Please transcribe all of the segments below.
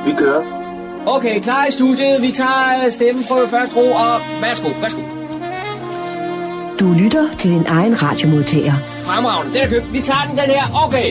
Vi kører. Okay, klar i studiet. Vi tager stemmen på første ro, og værsgo. Du lytter til din egen radiomodtager. Fremragende, den er købt. Vi tager den her. Okay.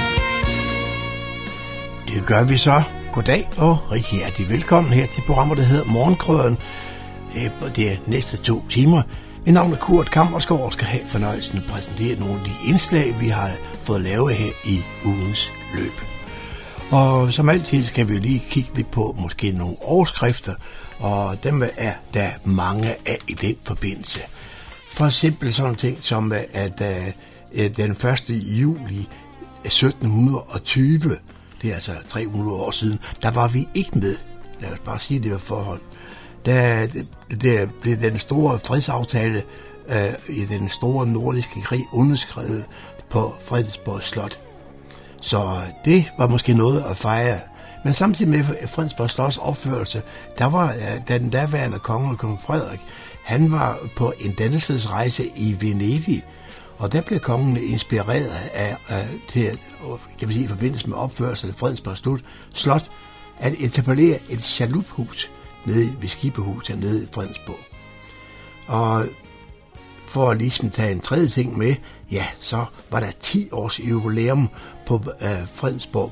Det gør vi så. Goddag og rigtig hjertelig velkommen her til programmet, der hedder Morgenkrøden. Det er næste 2 timer. Mit navn er Kurt Kammersgaard og skal have fornøjelsen at præsentere nogle af de indslag, vi har fået lavet her i ugens løb. Og som altid skal vi jo lige kigge lidt på måske nogle overskrifter, og dem er der mange af i den forbindelse. For eksempel sådan ting som, at den 1. juli 1720, det er altså 300 år siden, der var vi ikke med. Lad os bare sige det ved forhånd. Der blev den store fredsaftale i den store nordiske krig underskrevet på Fredensborg Slot. Så det var måske noget at fejre. Men samtidig med Fredensborg Slots opførelse, der var den daværende konge, kong Frederik, han var på en dannelsesrejse i Venedig, og der blev kongen inspireret til, kan man sige, i forbindelse med opførelsen af Fredensborg Slot, at etablere et chaluphus nede ved Skibehuset nede i Fredensborg. Og for at ligesom tage en tredje ting med, ja, så var der 10 års jubilæum på Fredensborg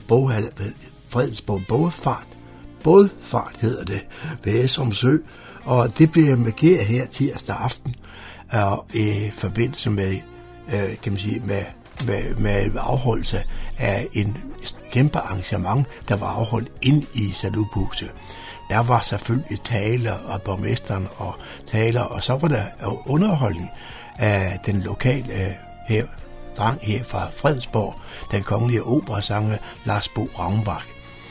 Bådfart hedder det, ved Esrum Sø, og det blev markeret her tirsdag aften, og i forbindelse med, kan man sige, med afholdelse af en kæmpe arrangement, der var afholdt ind i Saluphuset. Der var selvfølgelig taler og borgmesteren og taler, og så var der underholdning af den lokale dreng her fra Fredensborg, den kongelige operasanger Lars Bo Ravnbach.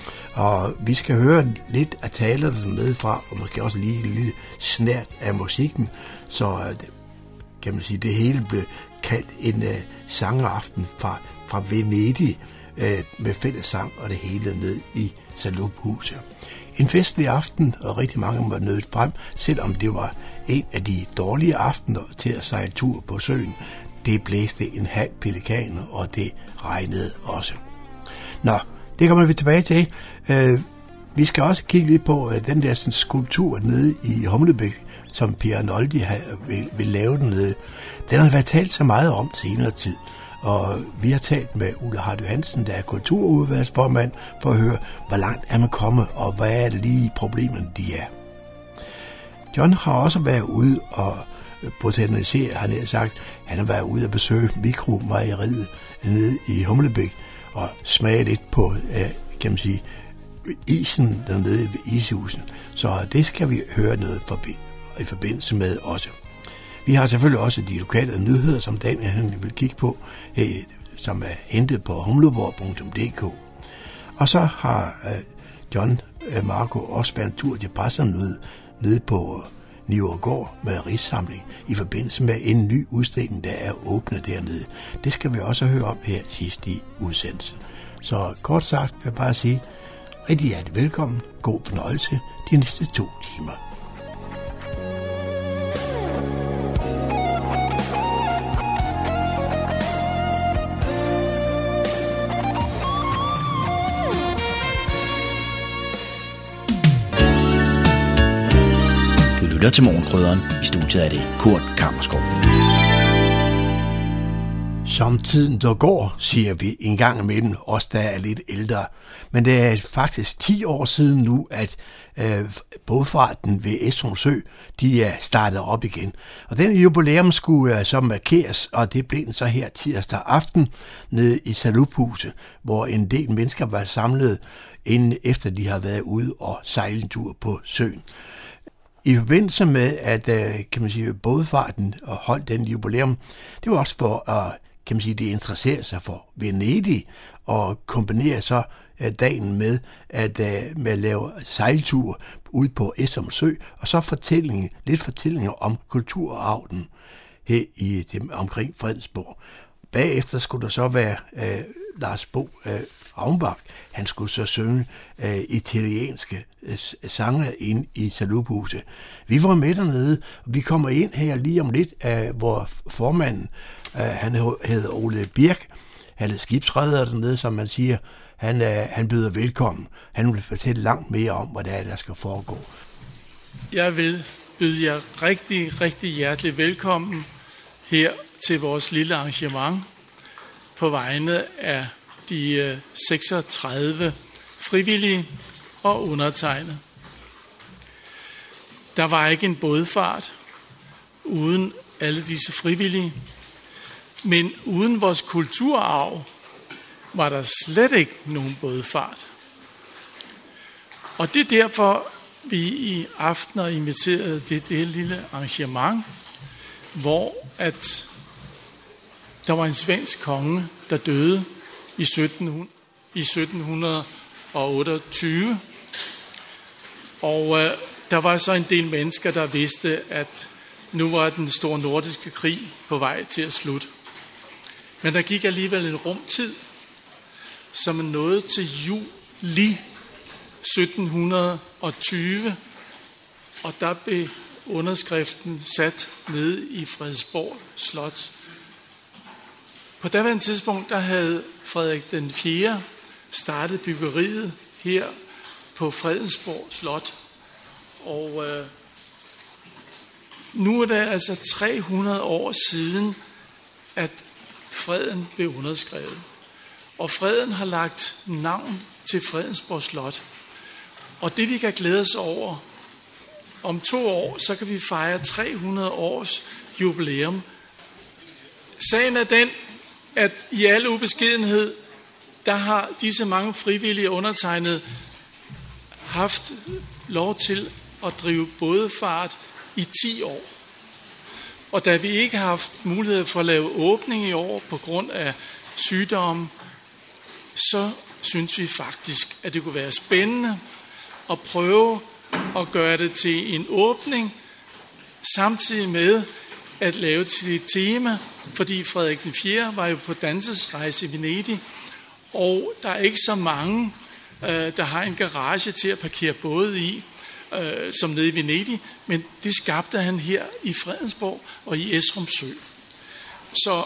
Og vi skal høre lidt af talerne med fra, og måske også lige en lille snært af musikken, så kan man sige, det hele blev kaldt en sangeraften fra Venedig med fællessang og det hele ned i Saluphuset. En festlig aften, og rigtig mange var nødt frem, selvom det var en af de dårlige aftener til at sejle tur på søen. Det blæste en halv pelikan, og det regnede også. Nå, det kommer vi tilbage til. Vi skal også kigge lidt på den der sådan, skulptur nede i Humlebæk, som Pia Arnoldi vil lave dernede. Den har været talt så meget om senere tid. Og vi har talt med Ulla Hardy Hansen, der er kulturudvalgsformand, for at høre, hvor langt er man kommet, og hvad er det lige problemerne de er. John har også været ude og botanisere, han har sagt, han har været ude og besøge mikromejeriet nede i Humlebæk, og smage lidt på, kan man sige, isen dernede ved ishusen. Så det skal vi høre noget i forbindelse med også. Vi har selvfølgelig også de lokale nyheder, som Daniel han vil kigge på, som er hentet på humleborg.dk. Og så har John Marco også været en tur til Brassermøde nede på Nivergård med rigssamling i forbindelse med en ny udstilling, der er åbnet dernede. Det skal vi også høre om her sidst i udsendelsen. Så kort sagt vil jeg bare sige, rigtig hjertelig velkommen, god fornøjelse de næste 2 timer. Lytter til Morgenkrøderen. I studiet er det Kurt Kammersgaard. Som tiden der går, siger vi en gang imellem, os der er lidt ældre. Men det er faktisk 10 år siden nu, at bådfarten ved Esrum Sø, de er startet op igen. Og den jubilæum skulle så markeres, og det blev den så her tirsdag aften nede i Saluphuset, hvor en del mennesker var samlet, inden efter de har været ude og sejle en tur på søen. I forbindelse med, at kan man sige, bådfarten og holdt den jubilæum, det var også for at, kan man sige, de interesserer sig for Venedig og kombinere så dagen med at lave sejltur ud på Esrum Sø, og så fortællinger om kulturarven her omkring Fredensborg. Bagefter skulle der så være Lars Bo Ravnbach. Han skulle så synge italienske sange ind i Saluphuset. Vi var med dernede, og vi kommer ind her lige om lidt, hvor formanden, han hedder Ole Birk, han er skibsreder dernede, som man siger. han byder velkommen. Han vil fortælle langt mere om, hvad der skal foregå. Jeg vil byde jer rigtig, rigtig hjertelig velkommen her til vores lille arrangement på vegne af de 36 frivillige og undertegnede. Der var ikke en bådfart uden alle disse frivillige, men uden vores kulturarv var der slet ikke nogen bådfart. Og det er derfor, vi i aften har inviteret det lille arrangement, hvor at der var en svensk konge, der døde i 1728. Og der var så en del mennesker, der vidste, at nu var den store nordiske krig på vej til at slutte. Men der gik alligevel en rumtid, som nåede til juli 1720, og der blev underskriften sat nede i Fredensborg Slot. På daværende tidspunkt, der havde Frederik den 4. startet byggeriet her på Fredensborg Slot. Og nu er det altså 300 år siden, at freden blev underskrevet. Og freden har lagt navn til Fredensborg Slot. Og det vi kan glæde os over, om 2 år, så kan vi fejre 300 års jubilæum. Sagen er den, at i al ubeskedenhed, der har disse mange frivillige undertegnede haft lov til at drive bådefart i 10 år. Og da vi ikke har haft mulighed for at lave åbning i år på grund af sygdomme, så synes vi faktisk, at det kunne være spændende at prøve at gøre det til en åbning, samtidig med at lave til et tema, fordi Frederik den 4. var jo på dansesrejse i Venedig, og der er ikke så mange, der har en garage til at parkere både i, som nede i Venedig, men det skabte han her i Fredensborg og i Esrum Sø. Så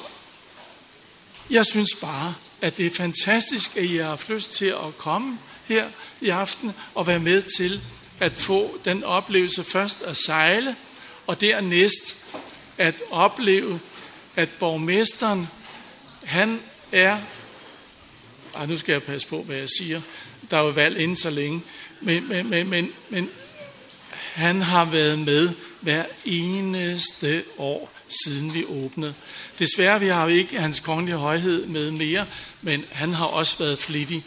jeg synes bare, at det er fantastisk, at I har haft lyst til at komme her i aften og være med til at få den oplevelse først at sejle, og dernæst at opleve, at borgmesteren, han er, nu skal jeg passe på, hvad jeg siger, der er jo valg inden så længe, men han har været med hver eneste år, siden vi åbnede. Desværre vi har ikke hans kongelige højhed med mere, men han har også været flittig.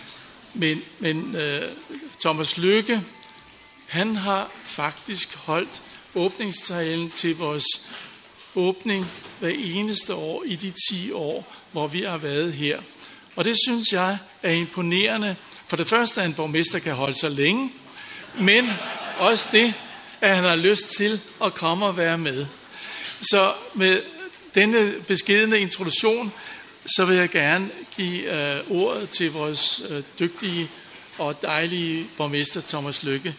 Men Thomas Lykke, han har faktisk holdt åbningstalen til vores åbning hver eneste år i de 10 år, hvor vi har været her. Og det synes jeg er imponerende. For det første, at en borgmester kan holde sig længe, men også det, at han har lyst til at komme og være med. Så med denne beskedne introduktion, så vil jeg gerne give ordet til vores dygtige og dejlige borgmester Thomas Lykke.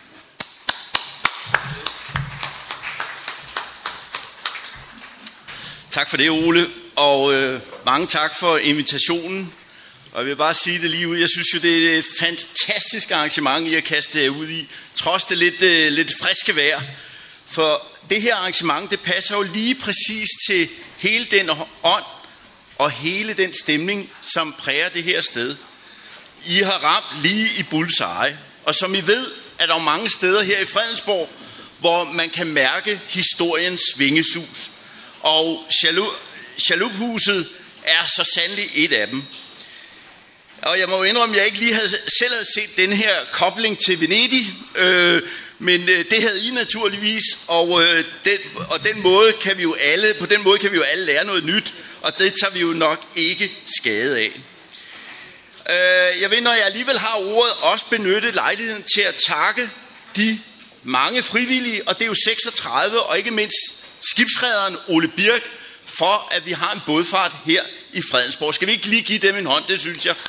Tak for det, Ole, og mange tak for invitationen. Og jeg vil bare sige det lige ud. Jeg synes jo, det er et fantastisk arrangement, I har kastet jer ud i, trods det lidt friske vejr. For det her arrangement, det passer jo lige præcis til hele den ånd og hele den stemning, som præger det her sted. I har ramt lige i bullseye. Og som I ved, er der jo mange steder her i Fredensborg, hvor man kan mærke historiens vingesus. Og Chaluphuset er så sandelig et af dem. Og jeg må indrømme, at jeg ikke lige selv havde set den her kobling til Venedig, men det havde I naturligvis, og på den måde kan vi jo alle lære noget nyt, og det tager vi jo nok ikke skade af. Jeg vil, når jeg alligevel har ordet, også benytte lejligheden til at takke de mange frivillige, og det er jo 36, og ikke mindst skibsrederen Ole Birk, for at vi har en bådfart her i Fredensborg. Skal vi ikke lige give dem en hånd? Det synes jeg.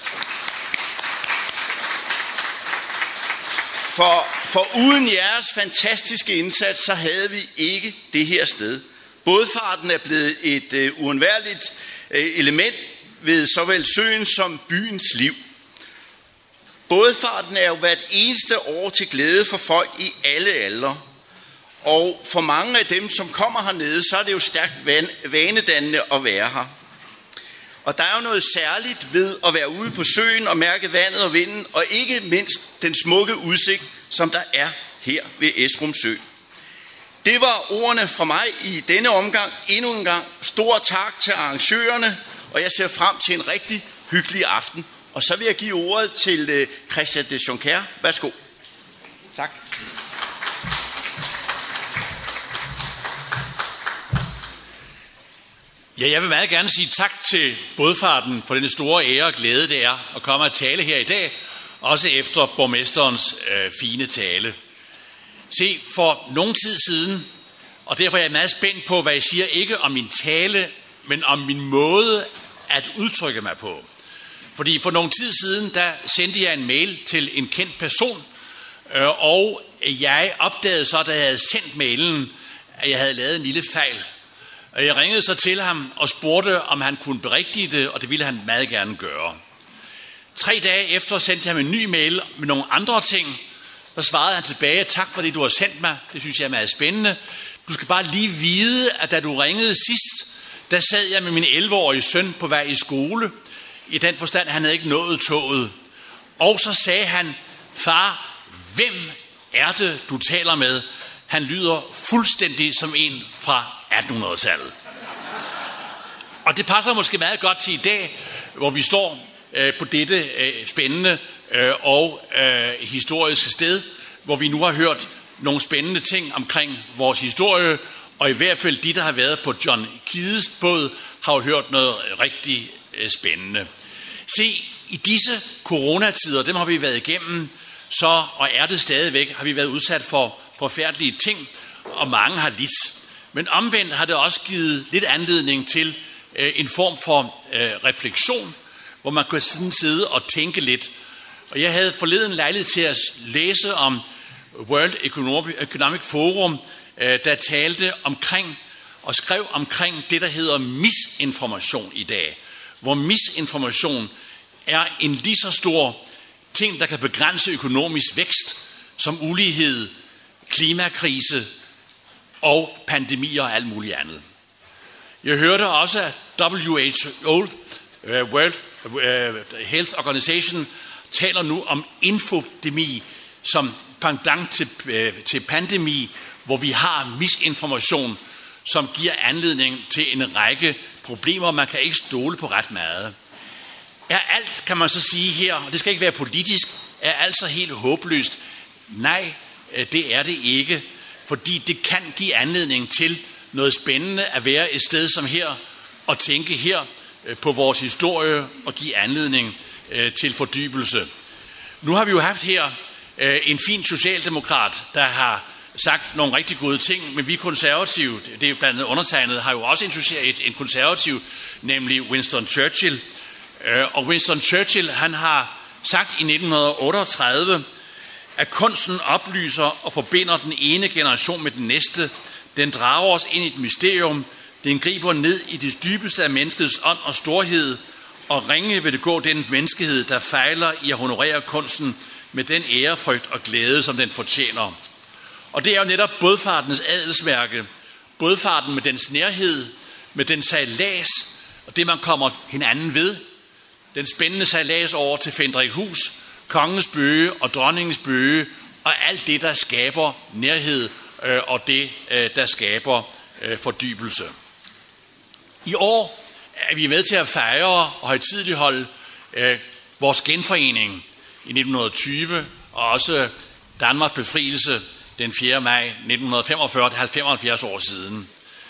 For uden jeres fantastiske indsats, så havde vi ikke det her sted. Bådfarten er blevet et uundværligt element ved såvel søen som byens liv. Bådfarten er jo hvert eneste år til glæde for folk i alle aldre. Og for mange af dem, som kommer hernede, så er det jo stærkt vanedannende at være her. Og der er jo noget særligt ved at være ude på søen og mærke vandet og vinden, og ikke mindst den smukke udsigt, som der er her ved Esrum Sø. Det var ordene fra mig i denne omgang. Endnu en gang stor tak til arrangørerne, og jeg ser frem til en rigtig hyggelig aften. Og så vil jeg give ordet til Christian de Jonker. Værsgo. Tak. Ja, jeg vil meget gerne sige tak til bådfarten for den store ære og glæde, det er at komme og tale her i dag, også efter borgmesterens fine tale. Se, for nogen tid siden, og derfor er jeg meget spændt på, hvad jeg siger, ikke om min tale, men om min måde at udtrykke mig på. Fordi for nogen tid siden, der sendte jeg en mail til en kendt person, og jeg opdagede så, da jeg havde sendt mailen, at jeg havde lavet en lille fejl. Og jeg ringede så til ham og spurgte, om han kunne berigtige det, og det ville han meget gerne gøre. 3 dage efter sendte jeg ham en ny mail med nogle andre ting. Så svarede han tilbage, tak for det, du har sendt mig. Det synes jeg er meget spændende. Du skal bare lige vide, at da du ringede sidst, der sad jeg med min 11-årige søn på vej i skole. I den forstand, han havde ikke nået toget. Og så sagde han, far, hvem er det, du taler med? Han lyder fuldstændig som en fra 1800-tallet. Og det passer måske meget godt til i dag, hvor vi står på dette spændende og historiske sted, hvor vi nu har hørt nogle spændende ting omkring vores historie, og i hvert fald de, der har været på John Kides båd, har jo hørt noget rigtig spændende. Se, i disse coronatider, dem har vi været igennem, så, og er det stadigvæk, har vi været udsat for forfærdelige ting, og mange har lidt. Men omvendt har det også givet lidt anledning til en form for refleksion, hvor man kan sådan sidde og tænke lidt. Og jeg havde forleden lejlighed til at læse om World Economic Forum, der talte omkring og skrev omkring det, der hedder misinformation i dag. Hvor misinformation er en lige så stor ting, der kan begrænse økonomisk vækst, som ulighed, klimakrise og pandemier og alt muligt andet. Jeg hørte også, at WHO, World Health Organization, taler nu om infodemi som pendant til pandemi, hvor vi har misinformation, som giver anledning til en række problemer. Man kan ikke stole på ret meget. Er alt, kan man så sige her, og det skal ikke være politisk, er alt så helt håbløst? Nej, det er det ikke, fordi det kan give anledning til noget spændende at være et sted som her, og tænke her på vores historie, og give anledning til fordybelse. Nu har vi jo haft her en fin socialdemokrat, der har sagt nogle rigtig gode ting, men vi konservative, det er jo blandt andet undertegnet, har jo også en konservativ, nemlig Winston Churchill. Og Winston Churchill, han har sagt i 1938, at kunsten oplyser og forbinder den ene generation med den næste. Den drager os ind i et mysterium. Den griber ned i det dybeste af menneskets ånd og storhed, og ringe vil det gå den menneskehed, der fejler i at honorere kunsten med den ærefrygt og glæde, som den fortjener. Og det er jo netop bådfartens adelsmærke. Bådfarten med dens nærhed, med den sejlads, og det man kommer hinanden ved. Den spændende sejlads over til Fendrikhus, kongens bøge og dronningens bøge, og alt det, der skaber nærhed, og det, der skaber fordybelse. I år er vi med til at fejre og højtideligholde vores genforening i 1920, og også Danmarks befrielse den 4. maj 1945, det er 75 år siden.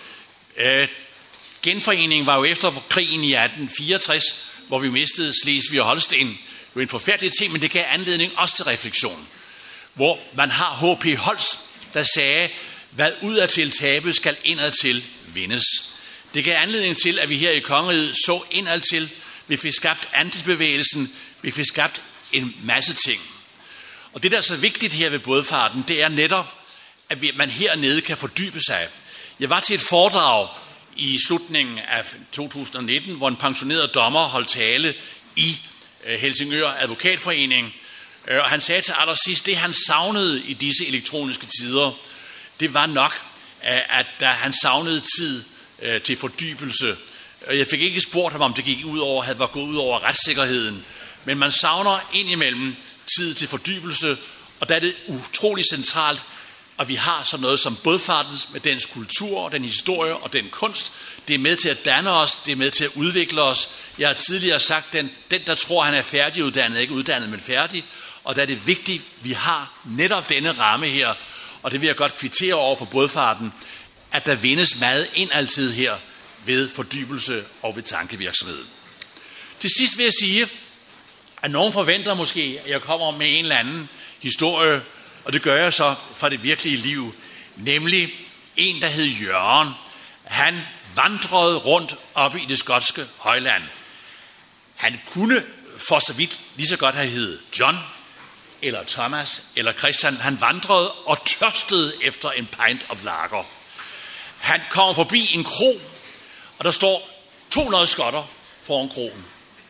Genforeningen var jo efter krigen i 1864, hvor vi mistede Slesvig og Holsten. Det var en forfærdelig ting, men det gav anledning også til refleksion. Hvor man har H.P. Holst, der sagde, hvad udadtil tabes skal indadtil vindes. Det gav anledning til, at vi her i kongeriget så indadtil. Vi fik skabt andelsbevægelsen, vi fik skabt en masse ting. Og det, der er så vigtigt her ved bådfarten, det er netop, at man hernede kan fordybe sig. Jeg var til et foredrag i slutningen af 2019, hvor en pensioneret dommer holdt tale i Helsingør Advokatforening, Og han sagde til allersidst, det han savnede i disse elektroniske tider, det var nok, at han savnede tid til fordybelse. Jeg fik ikke spurgt ham, om det havde gået ud over retssikkerheden, men man savner indimellem tid til fordybelse, og der er det utrolig centralt, at vi har sådan noget som bådfarten med dens kultur, den historie og den kunst. Det er med til at danne os, det er med til at udvikle os. Jeg har tidligere sagt, den der tror, han er færdiguddannet, ikke uddannet, men færdig. Og der er det vigtigt, at vi har netop denne ramme her, og det vil jeg godt kvittere over for bådfarten, at der vindes meget ind altid her ved fordybelse og ved tankevirksomhed. Til sidst vil jeg sige, at nogen forventer måske, at jeg kommer med en eller anden historie, og det gør jeg så fra det virkelige liv, nemlig en, der hed Jørgen. Han vandrede rundt oppe i det skotske højland. Han kunne for så vidt lige så godt have heddet John, eller Thomas, eller Christian. Han vandrede og tørstede efter en pint of lager. Han kommer forbi en kro, og der står 200 skotter foran kroen.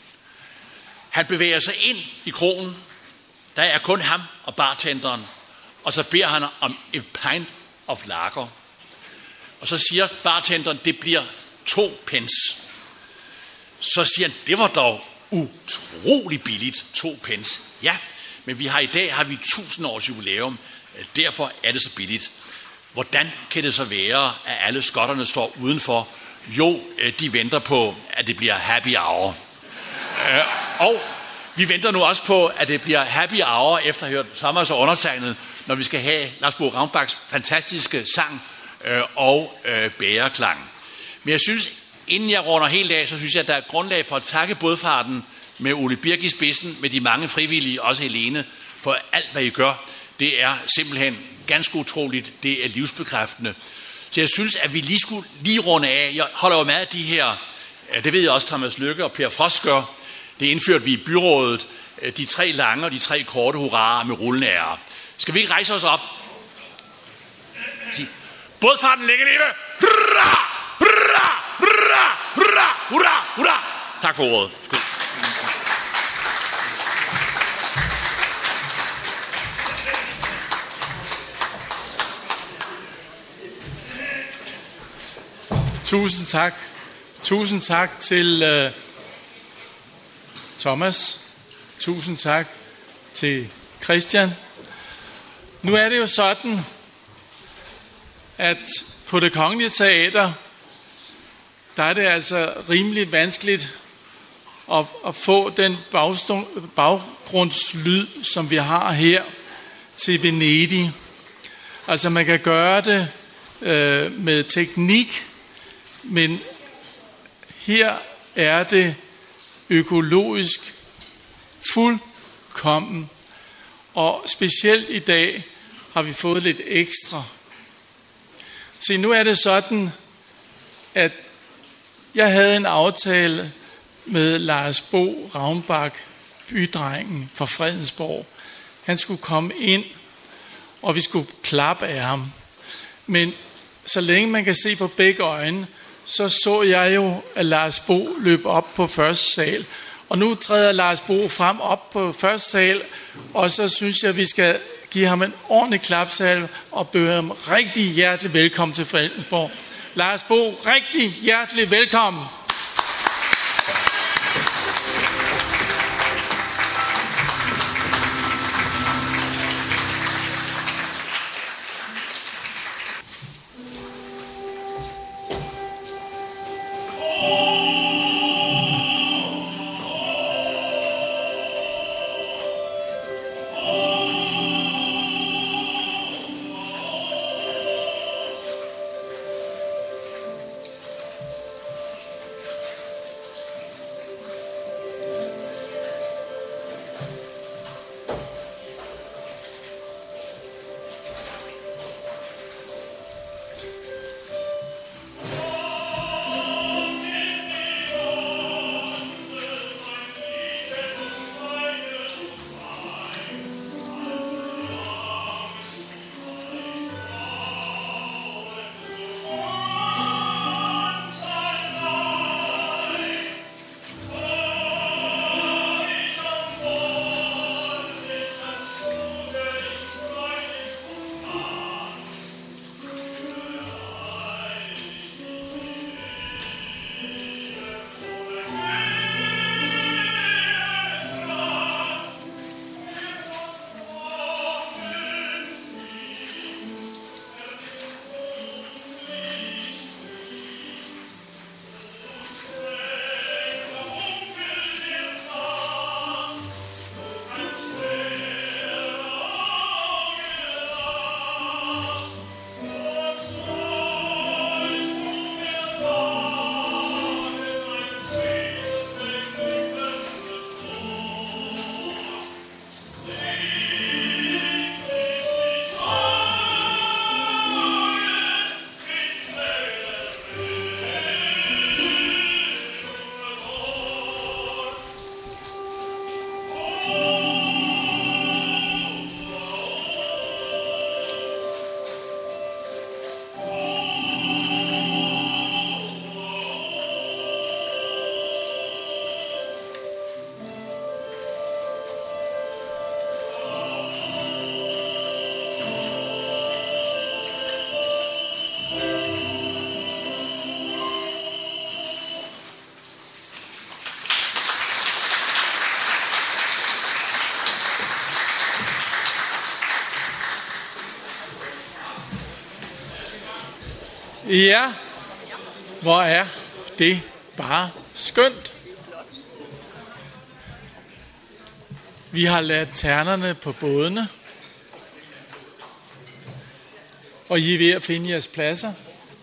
Han bevæger sig ind i kroen. Der er kun ham og bartenderen, og så beder han om en pint of lager. Og så siger bartenderen, det bliver 2 pence. Så siger han, det var dog utrolig billigt, 2 pence. Ja, men i dag har vi 1000 års jubilæum, derfor er det så billigt. Hvordan kan det så være, at alle skotterne står udenfor? Jo, de venter på, at det bliver happy hour. Og vi venter nu også på, at det bliver happy hour, efter at have hørt Thomas og undertegnet, når vi skal have Lars Bo Ravnbachs fantastiske sang og bæreklang. Men jeg synes, inden jeg runder helt af, så synes jeg, at der er grundlag for at takke bådfarten med Ole Birk i spidsen, med de mange frivillige, også Helene, for alt, hvad I gør. Det er simpelthen ganske utroligt. Det er livsbekræftende. Så jeg synes, at vi lige skulle runde af. Jeg holder jo med af de her, det ved jeg også, Thomas Lykke og Per Frost gør. Det indførte vi i byrådet, de 3 lange og de 3 korte hurraer med rullende ære. Skal vi ikke rejse os op? Bådfarten længe leve! Hurra! Hurra! Hurra! Hurra! Hurra! Hurra! Tak for ordet. Tusind tak. Tusind tak til Thomas. Tusind tak til Christian. Nu er det jo sådan, at på Det Kongelige Teater, der er det altså rimelig vanskeligt at få den baggrundslyd, som vi har her til Venedig. Altså man kan gøre det med teknik, men her er det økologisk fuldkommen. Og specielt i dag har vi fået lidt ekstra. Se, nu er det sådan, at jeg havde en aftale med Lars Bo Ravnbach, bydrengen fra Fredensborg. Han skulle komme ind, og vi skulle klappe af ham. Men så længe man kan se på begge øjne, så jeg jo, at Lars Bo løb op på første sal. Og nu træder Lars Bo frem op på første sal, og så synes jeg, at vi skal give ham en ordentlig klapsalve og byde ham rigtig hjertelig velkommen til Fredensborg. Lars Bo, rigtig hjertelig velkommen. Ja, hvor er det bare skønt. Vi har lanternerne på bådene, og I er ved at finde jeres pladser.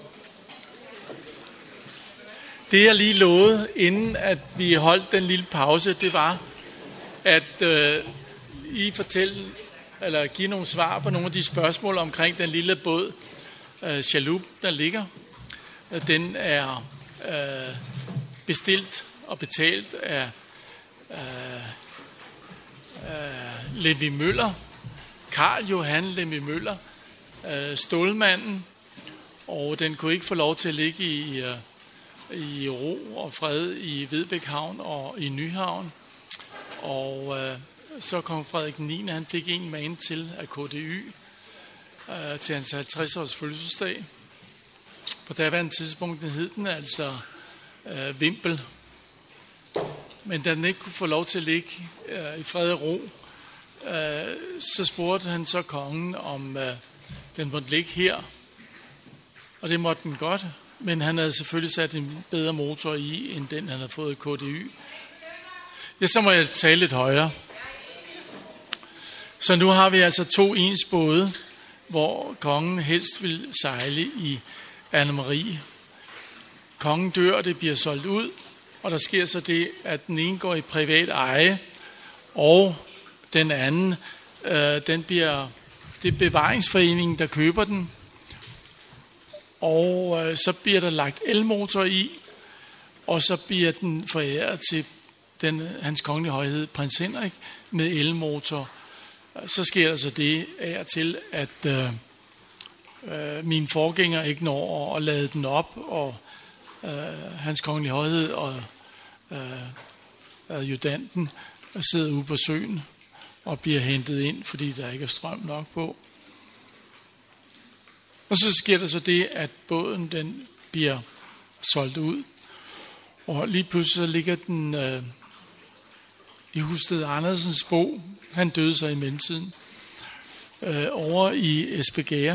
Det jeg lige lovede, inden at vi holdt den lille pause, det var at I fortælle, eller give nogle svar på nogle af de spørgsmål omkring den lille båd, chalup, der ligger. Den er bestilt og betalt af Lemvig Møller, Karl Johan Lemvig Møller, stålmanden, og den kunne ikke få lov til at ligge i ro og fred i Vedbæk Havn og i Nyhavn. Og så kom Frederik 9. Han fik en mand til af KDY til hans 50-års fødselsdag. På daværende tidspunkt hed den altså Vimpel. Men da den ikke kunne få lov til at ligge i fred og ro, så spurgte han så kongen, om den måtte ligge her. Og det måtte den godt, men han havde selvfølgelig sat en bedre motor i, end den han havde fået i KDY. Ja, så må jeg tale lidt højere. Så nu har vi altså 2 ens både, hvor kongen helst vil sejle i Anne-Marie. Kongen dør, og det bliver solgt ud, og der sker så det, at den ene går i privat eje, og den anden, det er bevaringsforeningen, der køber den, og så bliver der lagt elmotor i, og så bliver den foræret til hans kongelige højhed, prins Henrik, med elmotor. Så sker der så det af til, at min forgænger ikke når at lade den op, og hans kongelige højhed og adjutanten sidder ude på søen og bliver hentet ind, fordi der ikke er strøm nok på. Og så sker der så det, at båden den bliver solgt ud, og lige pludselig så ligger den i Husted Andersens Bo. Han døde så i mellemtiden over i Esbjerg.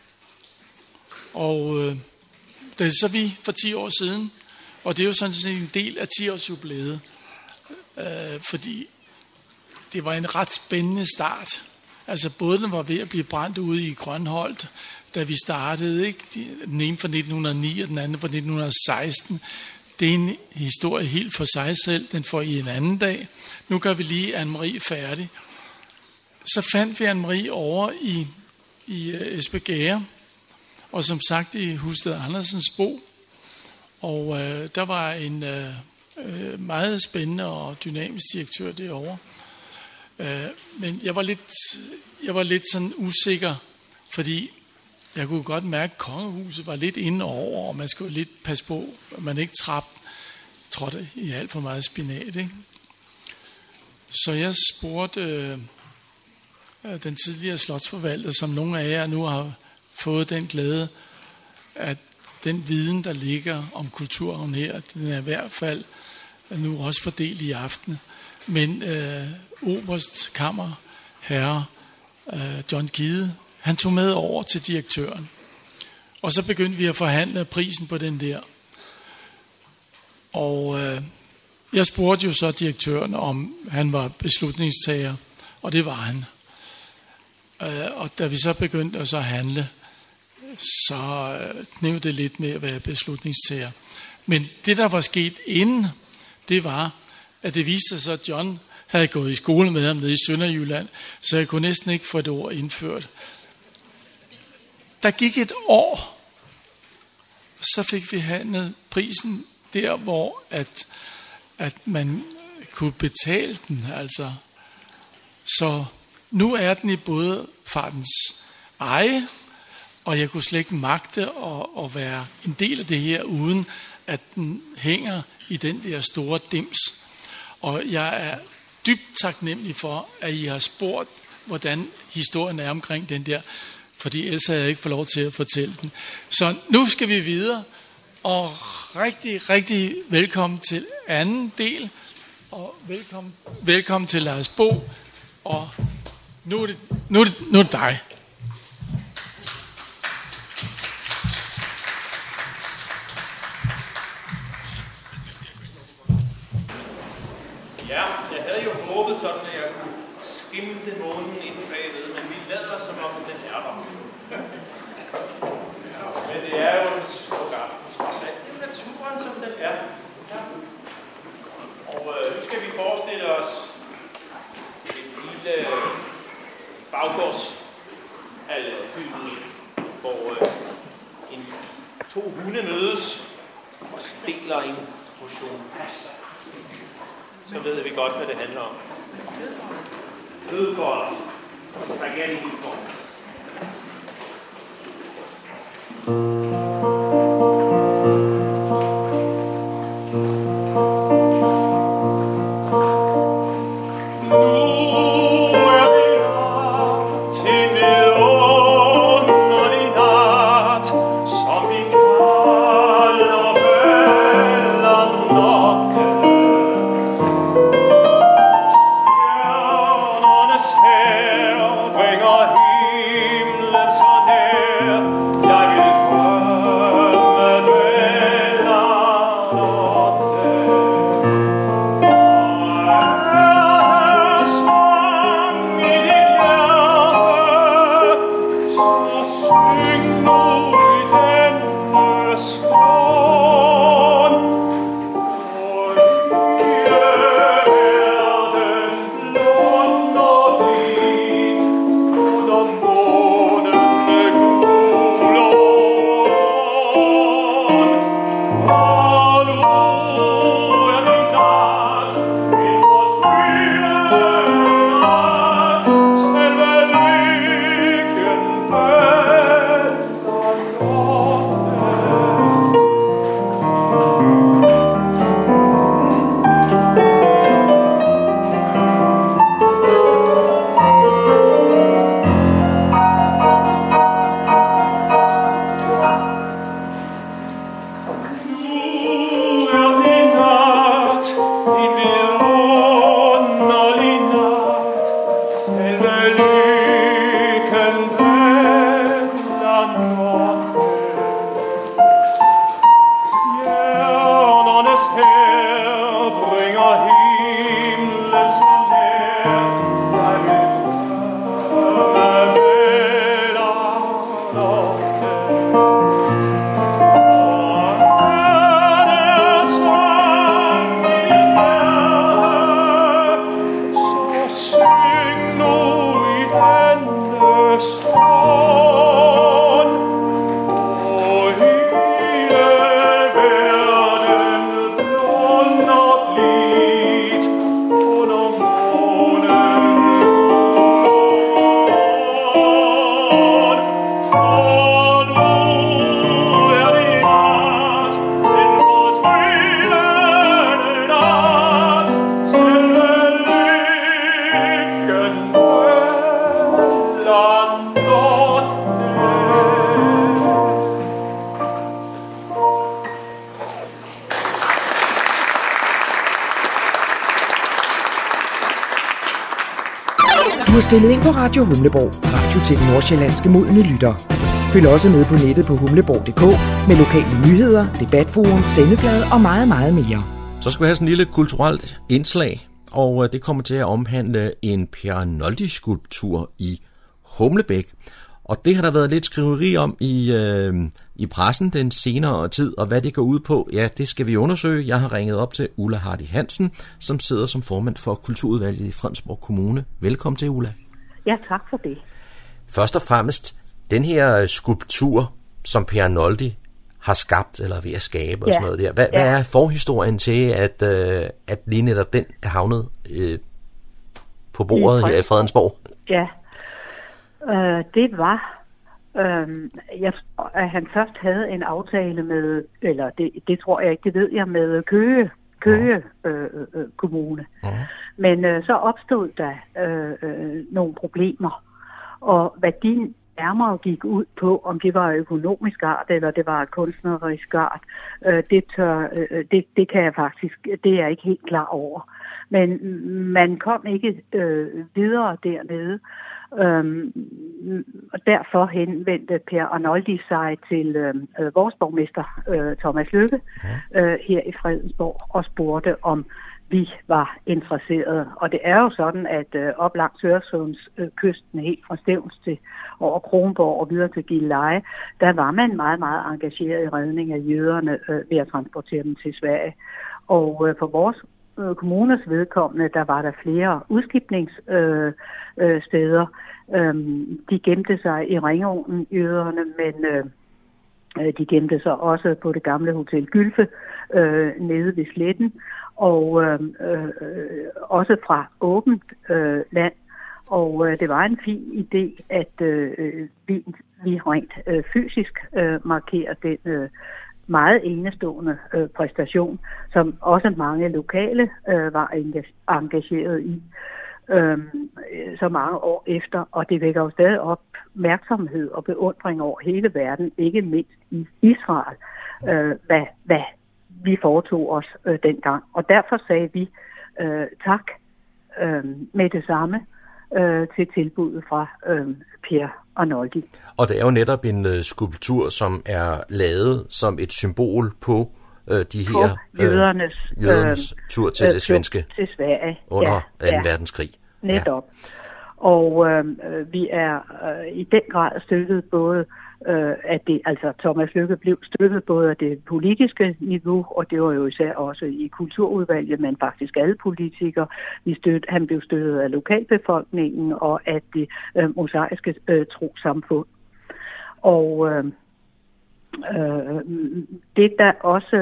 Og det er så vi for 10 år siden, og det er jo sådan set en del af 10-års jubilæet, fordi det var en ret spændende start. Altså båden var ved at blive brændt ude i Grønholdt, da vi startede, ikke? Den ene fra 1909 og den anden fra 1916. Det er en historie helt for sig selv, den får I en anden dag. Nu gør vi lige Anne-Marie færdig. Så fandt vi Anne-Marie over i Esbjerg, og som sagt i Husted Andersens Bo. Og der var en meget spændende og dynamisk direktør derovre. Men jeg var lidt sådan usikker, fordi jeg kunne godt mærke, at kongehuset var lidt inde over, og man skulle lidt passe på, at man ikke trådte i alt for meget spinat. Ikke? Så jeg spurgte den tidligere slotsforvalter, som nogle af jer nu har fået den glæde, at den viden, der ligger om kulturarven her, den er i hvert fald nu også fordelt i aften. Men oberstkammer herre John Gide, han tog med over til direktøren. Og så begyndte vi at forhandle prisen på den der. Og jeg spurgte jo så direktøren, om han var beslutningstager, og det var han. Og da vi så begyndte at så handle, så kneb det lidt med at være beslutningstager. Men det, der var sket inden, det var, at det viste sig, at John havde gået i skole med ham nede i Sønderjylland, så jeg kunne næsten ikke få et ord indført. Der gik et år, så fik vi handlet prisen der, hvor at man kunne betale den. Altså. Så nu er den i både fartens eje, og jeg kunne slet ikke magte at være en del af det her, uden at den hænger i den der store dims. Og jeg er dybt taknemmelig for, at I har spurgt, hvordan historien er omkring den der, fordi ellers havde jeg ikke fået lov til at fortælle den. Så nu skal vi videre, og rigtig, rigtig velkommen til anden del, og velkommen til Lars Bo, og nu er det dig. Ja, jeg havde jo håbet sådan, at jeg kunne skimte månen ind bagved, men vi lader som om, den er der. Men det er jo en smuk aften, trods alt. Det er jo naturen, som den er. Ja. Og nu skal vi forestille os et lille baggårdshytte, hvor to hunde mødes og deler en portion pasta. Så ved vi godt, hvad det handler om. Kødboller og spaghetti-boller. Du er stillet ind på Radio Humleborg, radio til den nordsjællandske modne lytter. Følg også med på nettet på humleborg.dk med lokale nyheder, debatforum, sendeflade og meget, meget mere. Så skal vi have sådan en lille kulturelt indslag, og det kommer til at omhandle en Per Arnoldi-skulptur i Humlebæk. Og det har der været lidt skriveri om i pressen den senere tid, og hvad det går ud på, ja, det skal vi undersøge. Jeg har ringet op til Ulla Hardy Hansen, som sidder som formand for Kulturudvalget i Fredensborg Kommune. Velkommen til, Ulla. Ja, tak for det. Først og fremmest, den her skulptur, som Per Arnoldi har skabt, eller ved at skabe og sådan noget der. Hvad er forhistorien til, at lige netop den er havnet på bordet her i Fredensborg? Ja, det var, at han først havde en aftale med, eller det tror jeg ikke, det ved jeg, med Køge Kommune. Men så opstod der nogle problemer, og hvad de nærmere gik ud på, om det var økonomisk art, eller det var kunstnerisk art, det kan jeg faktisk, det er jeg ikke helt klar over. Men man kom ikke videre dernede, og derfor henvendte Per Arnoldi sig til vores borgmester, Thomas Lykke, her i Fredensborg, og spurgte, om vi var interesserede. Og det er jo sådan, at op langs Øresundskysten, helt fra Stevns til over Kronborg og videre til Gilleleje, der var man meget, meget engageret i redning af jøderne ved at transportere dem til Sverige. Og for vores kommuners vedkommende, der var der flere udskibningssteder. De gemte sig i Ringåen, jøderne, men de gemte sig også på det gamle Hotel Gylfe nede ved Sletten, og også fra åbent land. Og det var en fin idé, at vi rent fysisk markerer den meget enestående præstation, som også mange lokale var engageret i så mange år efter, og det vækker jo stadig opmærksomhed og beundring over hele verden, ikke mindst i Israel, hvad vi foretog os dengang. Og derfor sagde vi tak med det samme til tilbuddet fra Per Arnoldi. Og det er jo netop en skulptur, som er lavet som et symbol på de her jødernes tur til det svenske til Sverige under 2. verdenskrig. Netop. Ja. Og vi er i den grad støttet både at det, altså Thomas Lykke blev støttet både af det politiske niveau, og det var jo især også i kulturudvalget, men faktisk alle politikere. Han blev støttet af lokalbefolkningen og af det mosaiske trossamfund. Og det der også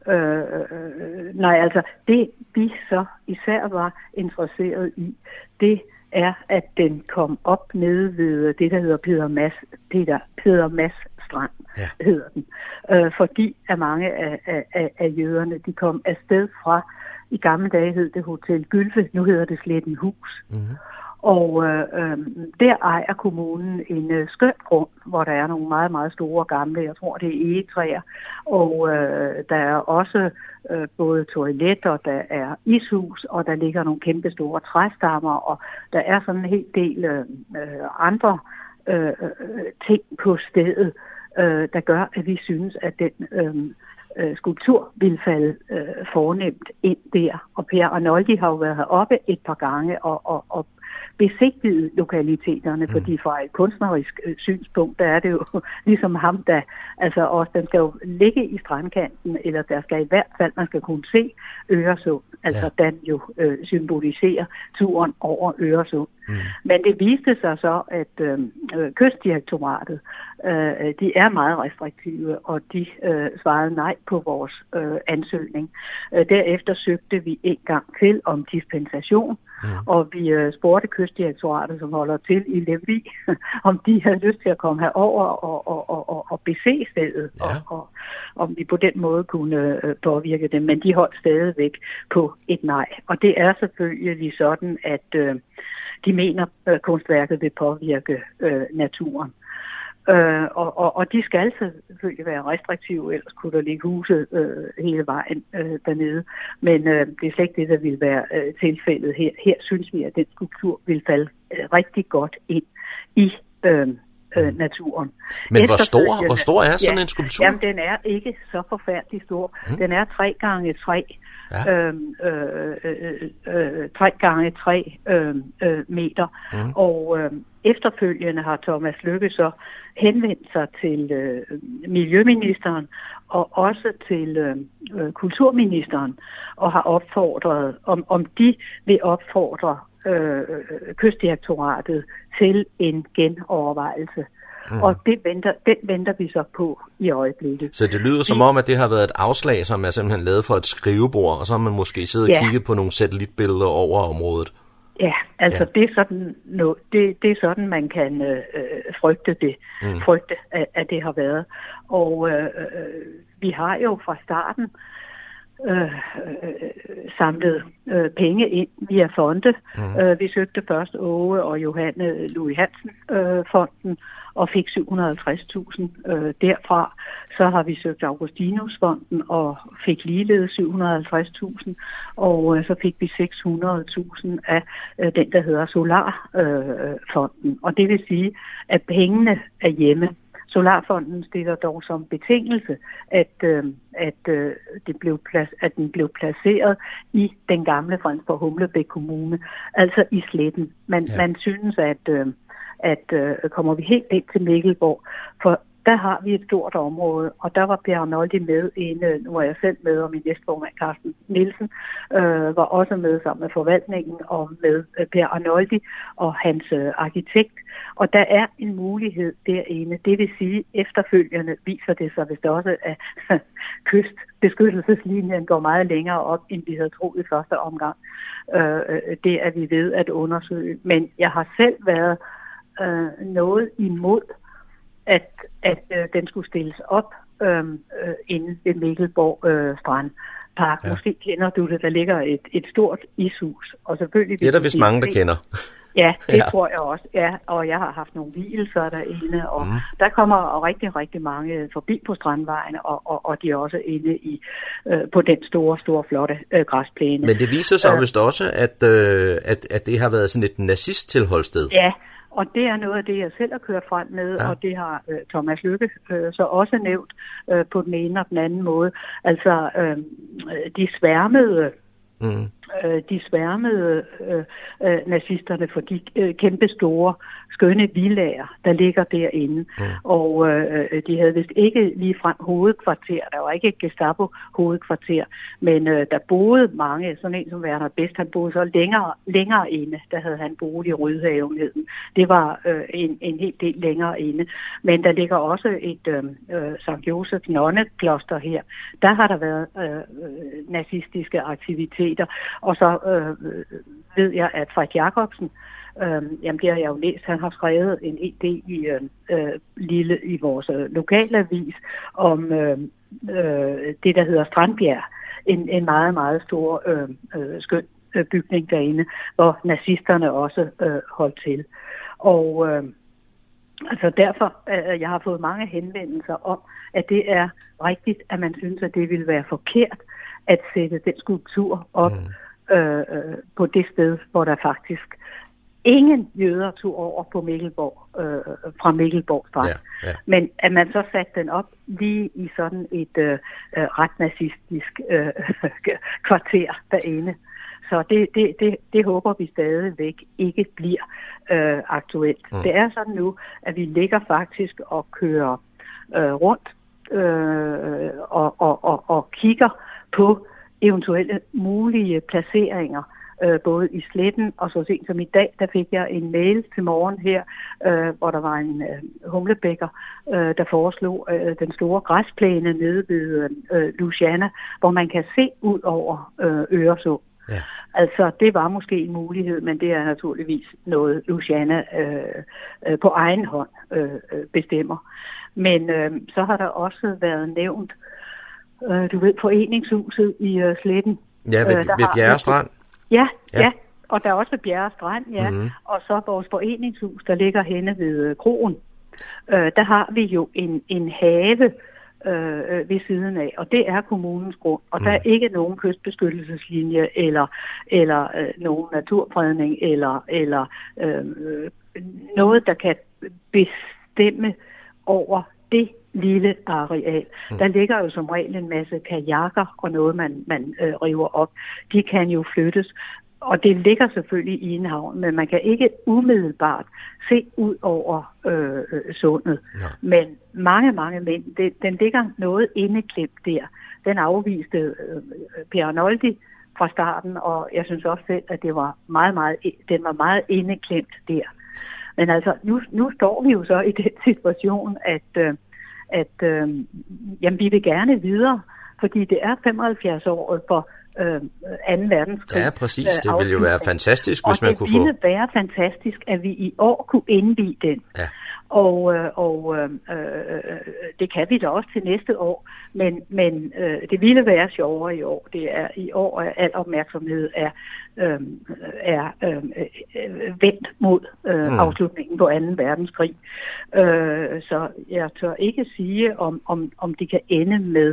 det vi så især var interesseret i, det er, at den kom op nede ved det, der hedder Peder Mads Strand, hedder den. Fordi at mange af jøderne, de kom afsted fra, i gamle dage hed det Hotel Gylfe, nu hedder det Slettenhus. Mm-hmm. Og der ejer kommunen en skøn grund, hvor der er nogle meget, meget store gamle, jeg tror det er egetræer, og der er også både toiletter, der er ishus, og der ligger nogle kæmpe store træstammer, og der er sådan en hel del andre ting på stedet, der gør, at vi synes, at den skulptur vil falde fornemt ind der. Og Per Arnoldi har jo været heroppe et par gange og besigtiget lokaliteterne, fordi fra et kunstnerisk synspunkt, der er det jo ligesom ham, der altså også, den skal jo ligge i strandkanten, eller der skal i hvert fald, man skal kunne se Øresund, altså den jo symboliserer turen over Øresund. Men det viste sig så, at Kystdirektoratet, de er meget restriktive, og de svarede nej på vores ansøgning. Derefter søgte vi en gang til om dispensation, og vi spurgte Kystdirektoratet, som holder til i Lemvig, om de havde lyst til at komme herover og bese stedet, og om vi på den måde kunne påvirke dem, men de holdt stadigvæk på et nej. Og det er selvfølgelig sådan, at de mener, at kunstværket vil påvirke naturen. Og de skal selvfølgelig være restriktive, ellers kunne der ligge huse hele vejen dernede. Men det er slet ikke det, der vil være tilfældet her. Her synes vi, at den skulptur vil falde rigtig godt ind i naturen. Men hvor stor er sådan en skulptur? Jamen, den er ikke så forfærdelig stor. Den er 3x3. 3x3 meter. Og efterfølgende har Thomas Lykke så henvendt sig til miljøministeren og også til kulturministeren og har opfordret, om de vil opfordre Kystdirektoratet til en genovervejelse. Og den venter vi så på i øjeblikket. Så det lyder som om, at det har været et afslag, som er simpelthen lavet for et skrivebord, og så har man måske siddet og kigget på nogle satellitbilleder over området. Ja, altså det er sådan det er sådan man kan frygte det, frygte at det har været. Og vi har jo fra starten samlet penge ind via fonde. Vi søgte først Åge og Johanne Louis Hansen fonden og fik 750.000 derfra. Så har vi søgt Augustinus-fonden og fik ligeledes 750.000, og så fik vi 600.000 af den, der hedder Solar-fonden. Og det vil sige, at pengene er hjemme. Solarfonden stiller dog som betingelse, at den blev placeret i den gamle Fredensborg-Humlebæk Kommune, altså i Sletten. Man synes, at kommer vi helt ind til Mikkelborg, for der har vi et stort område, og der var Per Arnoldi med inde, nu er jeg selv med, og min næstformand Carsten Nielsen var også med sammen med forvaltningen og med Per Arnoldi og hans arkitekt. Og der er en mulighed derinde, det vil sige efterfølgende viser det sig, hvis der også er kystbeskyttelseslinjen går meget længere op, end vi havde troet i første omgang. Det er vi ved at undersøge. Men jeg har selv været noget imod, at den skulle stilles op inde ved Mikkelborg Strandpark. Ja. Måske kender du det, der ligger et stort ishus. Og selvfølgelig, det er der vist mange, der kender. Ja, det tror jeg også. Ja, og jeg har haft nogle hvilelser derinde, og der kommer rigtig, rigtig mange forbi på Strandvejen, og de er også inde på den store, flotte græsplæne. Men det viser sig vist også, at det har været sådan et nazist-tilholdssted. Ja, og det er noget af det, jeg selv har kørt frem med, og det har Thomas Lykke så også nævnt på den ene og den anden måde. Altså, de sværmede nazisterne for de kæmpe store, skønne villager, der ligger derinde. Og de havde vist ikke ligefrem hovedkvarter. Der var ikke et Gestapo-hovedkvarter, men der boede mange. Sådan en som Werner Best, han boede så længere inde. Der havde han boet i Rydhaven. Det var en helt del længere inde. Men der ligger også et Sankt Josefs nonnekloster her. Der har der været nazistiske aktiviteter. Og så ved jeg, at Frederik Jacobsen, jamen det har jeg jo læst, han har skrevet en del i vores lokalavis om det, der hedder Strandbjerg. En meget, meget stor skøn bygning derinde, hvor nazisterne også holdt til. Og altså derfor, jeg har fået mange henvendelser om, at det er rigtigt, at man synes, at det ville være forkert at sætte den skulptur op på det sted, hvor der faktisk ingen jøder tog over på Mikkelborg, fra Mikkelborg Strand. Ja. Men at man så satte den op lige i sådan et ret nazistisk kvarter derinde. Så det håber vi stadigvæk ikke bliver aktuelt. Det er sådan nu, at vi ligger faktisk og kører rundt og kigger på eventuelle mulige placeringer, både i Sletten og så sent som i dag, der fik jeg en mail til morgen her, hvor der var en humlebækker, der foreslog den store græsplæne nede ved Louisiana, hvor man kan se ud over Øresund. Ja. Altså, det var måske en mulighed, men det er naturligvis noget, Louisiana på egen hånd bestemmer. Men så har der også været nævnt, du ved, foreningshuset i Sletten. Ja, ved Bjerre Strand. Ja, og der er også ved Bjerre Strand, og så vores foreningshus, der ligger henne ved kroen. Der har vi jo en have ved siden af, og det er kommunens grund, og der er ikke nogen kystbeskyttelseslinje eller nogen naturfredning eller noget, der kan bestemme over det lille areal. Der ligger jo som regel en masse kajakker og noget, man river op. De kan jo flyttes, og det ligger selvfølgelig i en havn, men man kan ikke umiddelbart se ud over sundet. Ja. Men mange mænd, den ligger noget indeklemt der. Den afviste Per Arnoldi fra starten, og jeg synes også selv, at det var den var meget indeklemt der. Men altså, nu står vi jo så i den situation, at vi vil gerne videre, fordi det er 75 år for 2. verdenskrig. Ja, præcis. Det ville jo være fantastisk, hvis man kunne få... Og det ville være fantastisk, at vi i år kunne indvie den. Ja. Og det kan vi da også til næste år, men det ville være sjovere i år. I år er al opmærksomhed er vendt mod afslutningen på 2. verdenskrig. Så jeg tør ikke sige, om det kan ende med...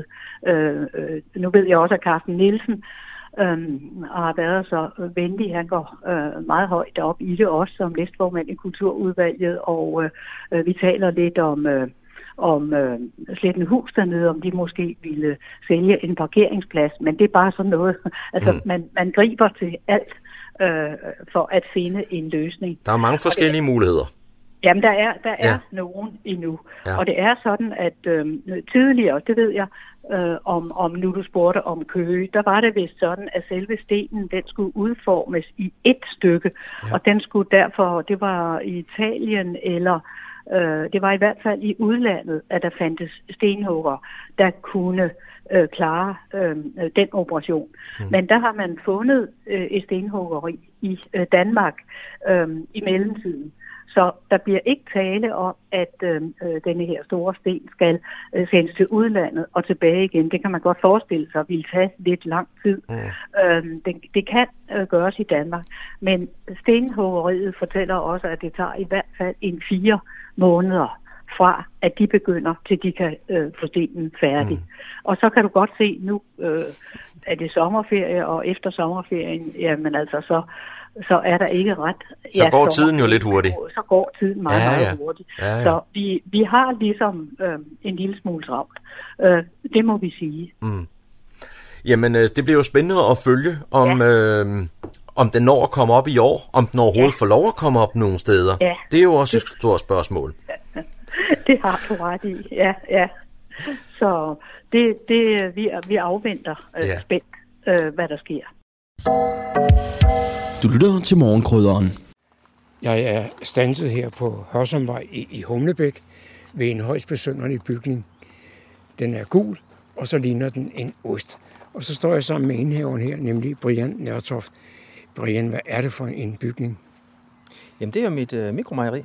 nu ved jeg også, at Carsten Nielsen har været så venlig. Han går meget højt op i det også som næstformand i Kulturudvalget, og vi taler lidt om Slettenhus dernede, om de måske ville sælge en parkeringsplads, men det er bare sådan noget. Altså, man griber til alt for at finde en løsning. Der er mange forskellige muligheder. Jamen, der er nogen endnu. Ja. Og det er sådan, at tidligere, det ved jeg, om nu du spurgte om Køge, der var det vist sådan, at selve stenen, den skulle udformes i et stykke, og den skulle derfor, det var i Italien, eller det var i hvert fald i udlandet, at der fandtes stenhugger, der kunne klare den operation. Men der har man fundet et stenhuggeri i Danmark i mellemtiden. Så der bliver ikke tale om, at denne her store sten skal sendes til udlandet og tilbage igen. Det kan man godt forestille sig, vil tage lidt lang tid. Det kan gøres i Danmark, men stenhuggeriet fortæller også, at det tager i hvert fald 4 måneder fra, at de begynder, til de kan få stenen færdig. Og så kan du godt se, nu er det sommerferie, og efter sommerferien, jamen altså så er der ikke ret... Så går tiden jo lidt hurtigt. Så går tiden meget hurtigt. Ja. Så vi har ligesom en lille smule travlt. Det må vi sige. Jamen, det bliver jo spændende at følge, om den når at komme op i år, om den overhovedet får lov at komme op nogle steder. Ja. Det er jo også et stort spørgsmål. Det har du ret i, ja. Så vi afventer spændt, hvad der sker. Du lytter til Morgenkrydderen. Jeg er standset her på Hørsholmvej i Humlebæk ved en højst besynderlig bygning. Den er gul, og så ligner den en ost. Og så står jeg sammen med indhaveren her, nemlig Brian Nørtoft. Brian, hvad er det for en bygning? Jamen, det er jo mit mikromejeri.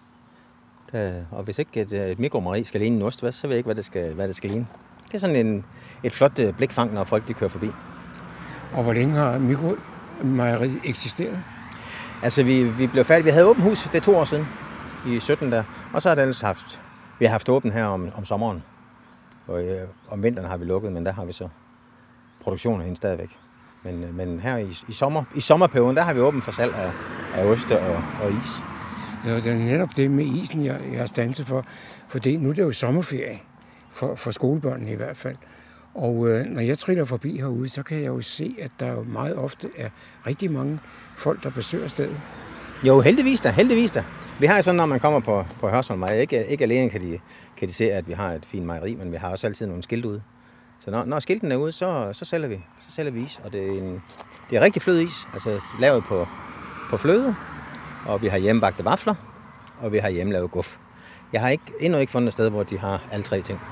Og hvis ikke et mikromejeri skal ligne en ost, så ved jeg ikke, hvad det skal ligne. Det er sådan et flot blikfang, når folk de kører forbi. Og hvor længe har mikromejeriet eksisteret? Altså, vi blev færdige. Vi havde åbent hus, det er 2 år siden, i 17 der. Og så har det ellers vi har haft åbent her om sommeren. Og om vinteren har vi lukket, men der har vi så produktionen hen stadigvæk. Men her i sommerperioden, der har vi åbent for salg af oste og is. Ja, det er netop det med isen, jeg har standset for. For nu er det jo sommerferie, for skolebørnene i hvert fald. Og når jeg triller forbi herude, så kan jeg jo se, at der jo meget ofte er rigtig mange folk, der besøger stedet. Jo, heldigvis da. Vi har jo sådan, når man kommer på Hørsholmvej, ikke alene kan de se, at vi har et fint mejeri, men vi har også altid nogle skilte ude. Så når skilten er ude, så sælger vi. Så sælger vi is, og det er rigtig flødeis, altså lavet på fløde, og vi har hjemmebagte vafler, og vi har hjemmelavet guf. Jeg har endnu ikke fundet et sted, hvor de har alle 3 ting.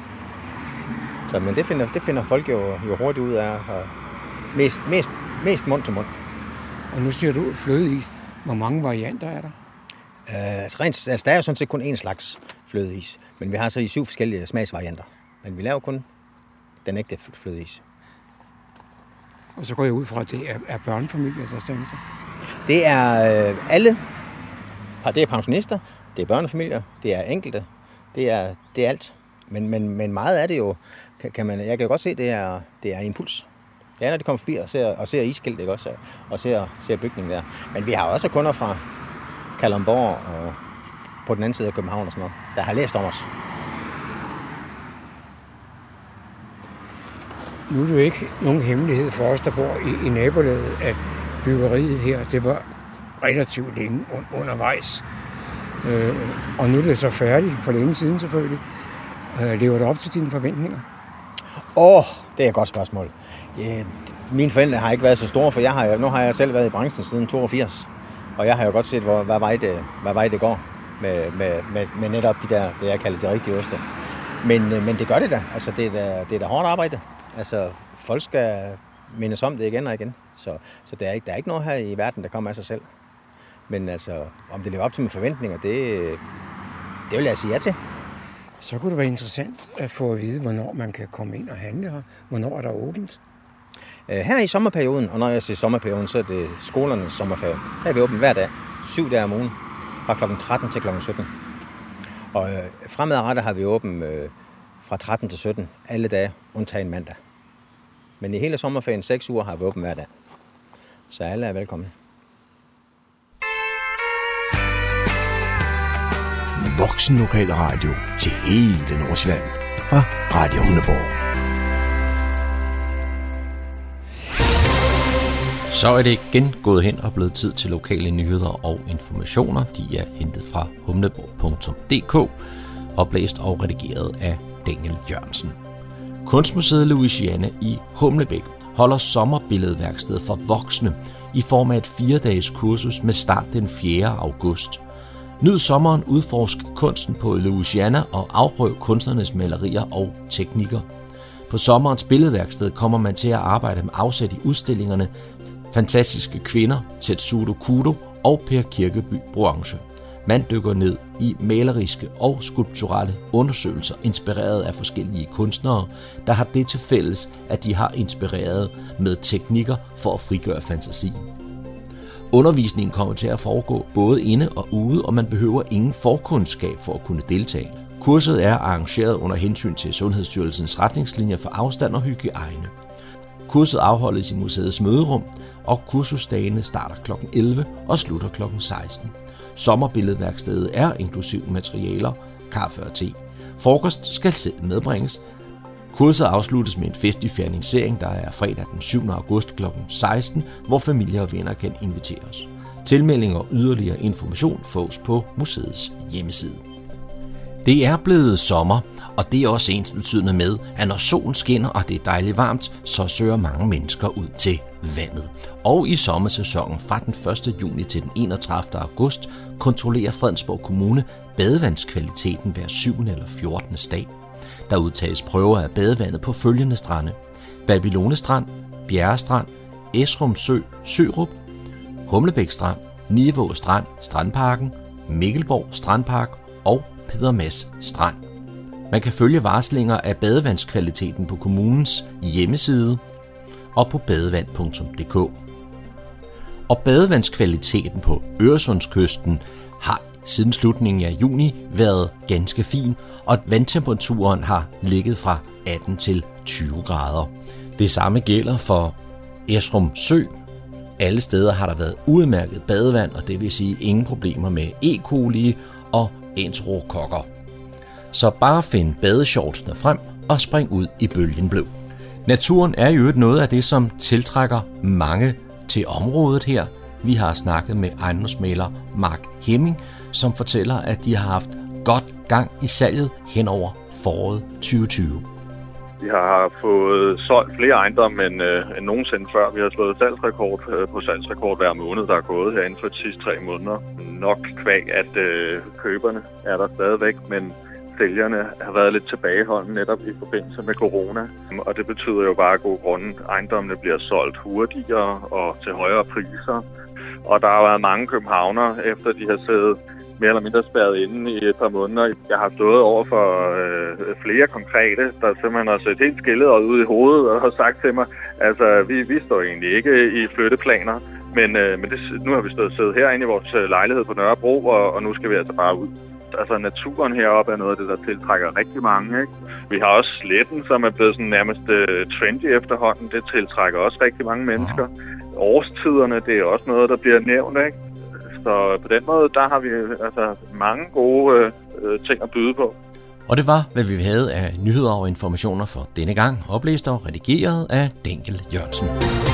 Så, men det finder folk jo hurtigt ud af, og mest mund til mund. Og nu siger du flødeis. Hvor mange varianter er der? Der er jo sådan set kun 1 slags flødeis, men vi har så i 7 forskellige smagsvarianter. Men vi laver kun den ægte flødeis. Og så går jeg ud fra, at det er børnefamilier, der sender sig? Det er alle. Det er pensionister, det er børnefamilier, det er enkelte, det er alt. Men meget af det jo, jeg kan godt se, det er impuls. Det er, når de kommer forbi og ser iskilt, ikke også, og ser bygningen der. Men vi har også kunder fra Kalundborg og på den anden side af København og sådan noget, der har læst om os. Nu er det jo ikke nogen hemmelighed for os, der bor i nabolaget, at byggeriet her, det var relativt længe undervejs. Og nu er det så færdigt, for længe siden selvfølgelig. Lever det op til dine forventninger? Det er et godt spørgsmål. Mine forældre har ikke været så store, for nu har jeg selv været i branchen siden 82. Og jeg har jo godt set, hvad vej det går med netop det jeg kalder de rigtige oste. Men det gør det da. Altså, det er da hårdt arbejde. Altså, folk skal mindes om det igen og igen. Så der er ikke noget her i verden, der kommer af sig selv. Men altså, om det lever op til mine forventninger, det vil jeg sige ja til. Så kunne det være interessant at få at vide, hvornår man kan komme ind og handle her. Hvornår er der åbent? Her i sommerperioden, og når jeg siger sommerperioden, så er det skolernes sommerferie. Der er vi åbent hver dag, 7 dage om ugen, fra kl. 13 til kl. 17. Og fremadrettet har vi åbent fra 13 til 17, alle dage, undtagen mandag. Men i hele sommerferien, 6 uger, har vi åbent hver dag. Så alle er velkomne. voksen lokal radio til hele Nordsjælland fra Radio Humleborg. Så er det igen gået hen og blevet tid til lokale nyheder og informationer. De er hentet fra humleborg.dk, oplæst og redigeret af Daniel Jørgensen. Kunstmuseet Louisiana i Humlebæk holder sommerbilledværksted for voksne i form af et 4-dages kursus med start den 4. august. Nyd sommeren, udforsk kunsten på Louisiana og afprøv kunstnernes malerier og teknikker. På sommerens billedværksted kommer man til at arbejde med afsæt i udstillingerne Fantastiske kvinder, Tetsudo Kudo og Per Kirkeby Branche. Man dykker ned i maleriske og skulpturelle undersøgelser, inspireret af forskellige kunstnere, der har det til fælles, at de har inspireret med teknikker for at frigøre fantasien. Undervisningen kommer til at foregå både inde og ude, og man behøver ingen forkundskab for at kunne deltage. Kurset er arrangeret under hensyn til Sundhedsstyrelsens retningslinjer for afstand og hygiejne. Kurset afholdes i museets møderum, og kursusdagene starter kl. 11 og slutter kl. 16. Sommerbilledværkstedet er inklusiv materialer, kaffe og te. Frokost skal selv medbringes. Kurset afsluttes med en festlig fernisering, der er fredag den 7. august kl. 16, hvor familier og venner kan inviteres. Tilmelding og yderligere information fås på museets hjemmeside. Det er blevet sommer, og det er også ensbetydende med, at når solen skinner og det er dejligt varmt, så søger mange mennesker ud til vandet. Og i sommersæsonen fra den 1. juni til den 31. august kontrollerer Fredensborg Kommune badevandskvaliteten hver 7. eller 14. dag. Der udtages prøver af badevandet på følgende strande: Babylone Strand, Bjerre Strand, Esrum Sø, Sørup, Humlebæk Strand, Nivå Strand, Strandparken, Mikkelborg Strandpark og Peder Mads Strand. Man kan følge varslinger af badevandskvaliteten på kommunens hjemmeside og på badevand.dk. Og badevandskvaliteten på Øresundskysten har siden slutningen af juni været ganske fin, og vandtemperaturen har ligget fra 18 til 20 grader. Det samme gælder for Esrum Sø. Alle steder har der været udmærket badevand, og det vil sige ingen problemer med E. coli og enterokokker. Så bare find badeshortsene frem og spring ud i bølgen blå. Naturen er jo noget af det, som tiltrækker mange til området her. Vi har snakket med ejendomsmægler Mark Hemming, som fortæller, at de har haft godt gang i salget hen over foråret 2020. Vi har fået solgt flere ejendomme end nogensinde før. Vi har slået salgsrekord hver måned, der er gået her inden for de sidste 3 måneder. Nok kvæg, at køberne er der stadigvæk, men sælgerne har været lidt tilbageholdende netop i forbindelse med corona. Og det betyder jo bare, at gode grunde, ejendommene bliver solgt hurtigere og til højere priser. Og der har været mange københavnere, efter de har siddet mere eller mindre spærret inde i et par måneder. Jeg har stået over for flere konkrete, der simpelthen har set helt skillet ud i hovedet og har sagt til mig, altså vi står egentlig ikke i flytteplaner, men nu har vi siddet herinde i vores lejlighed på Nørrebro, og nu skal vi altså bare ud. Altså naturen heroppe er noget af det, der tiltrækker rigtig mange, ikke? Vi har også Sletten, som er blevet sådan nærmest trendy efterhånden. Det tiltrækker også rigtig mange mennesker. Årstiderne, det er også noget, der bliver nævnt, ikke? Så på den måde, der har vi altså mange gode ting at byde på. Og det var, hvad vi havde af nyheder og informationer for denne gang, oplæst og redigeret af Daniel Jørgensen.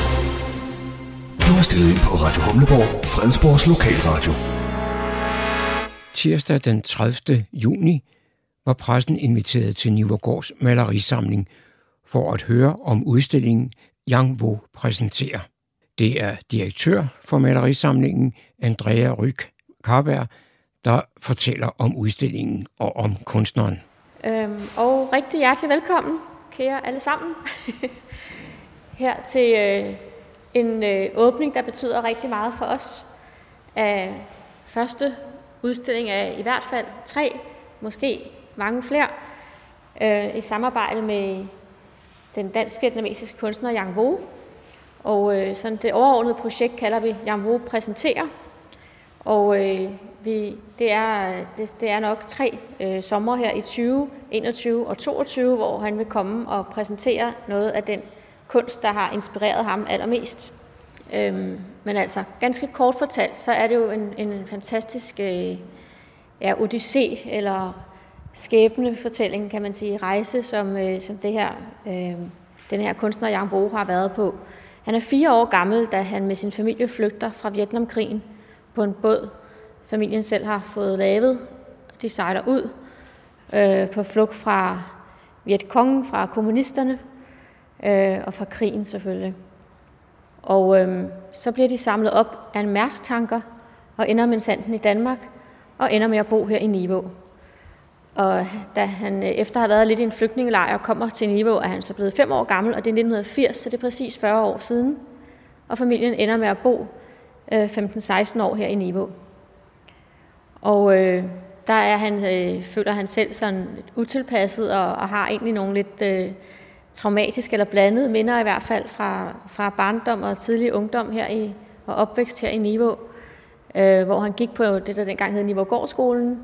Du har stillet ind på Radio Humleborg, Fredensborgs lokalradio. Tirsdag den 30. juni var pressen inviteret til Nivergårds malerisamling for at høre om udstillingen Yang Wu præsenterer. Det er direktør for malerisamlingen, Andrea Ryk Karberg, der fortæller om udstillingen og om kunstneren. Og rigtig hjertelig velkommen, kære alle sammen, her til en åbning, der betyder rigtig meget for os. Første udstilling af i hvert fald 3, måske mange flere, i samarbejde med den dansk-vietnamesiske kunstner Yang Wu. Og sådan det overordnede projekt kalder vi Yang Wu præsenterer. Og det er nok 3 sommer her i 20, 21 og 22, hvor han vil komme og præsentere noget af den kunst, der har inspireret ham allermest. Men altså, ganske kort fortalt, så er det jo en fantastisk odyssé eller skæbnefortælling, kan man sige, rejse, som det her, den her kunstner Yang Vo har været på. Han er 4 år gammel, da han med sin familie flygter fra Vietnamkrigen på en båd, familien selv har fået lavet. De sejler ud på flugt fra Vietcong, fra kommunisterne og fra krigen selvfølgelig. Og så bliver de samlet op af en Mærsk-tanker og ender minsandten i Danmark og ender med at bo her i Nivå. Og da han efter at have været lidt i en flygtningelejr kommer til Nivå, er han så blevet 5 år gammel, og det er 1980, så det er præcis 40 år siden. Og familien ender med at bo 15-16 år her i Nivå. Og der er han, føler han selv sådan lidt utilpasset og har egentlig nogle lidt traumatiske eller blandede minder i hvert fald fra barndom og tidlig ungdom her og opvækst her i Nivå, hvor han gik på det, der dengang hed Nivågårdskolen.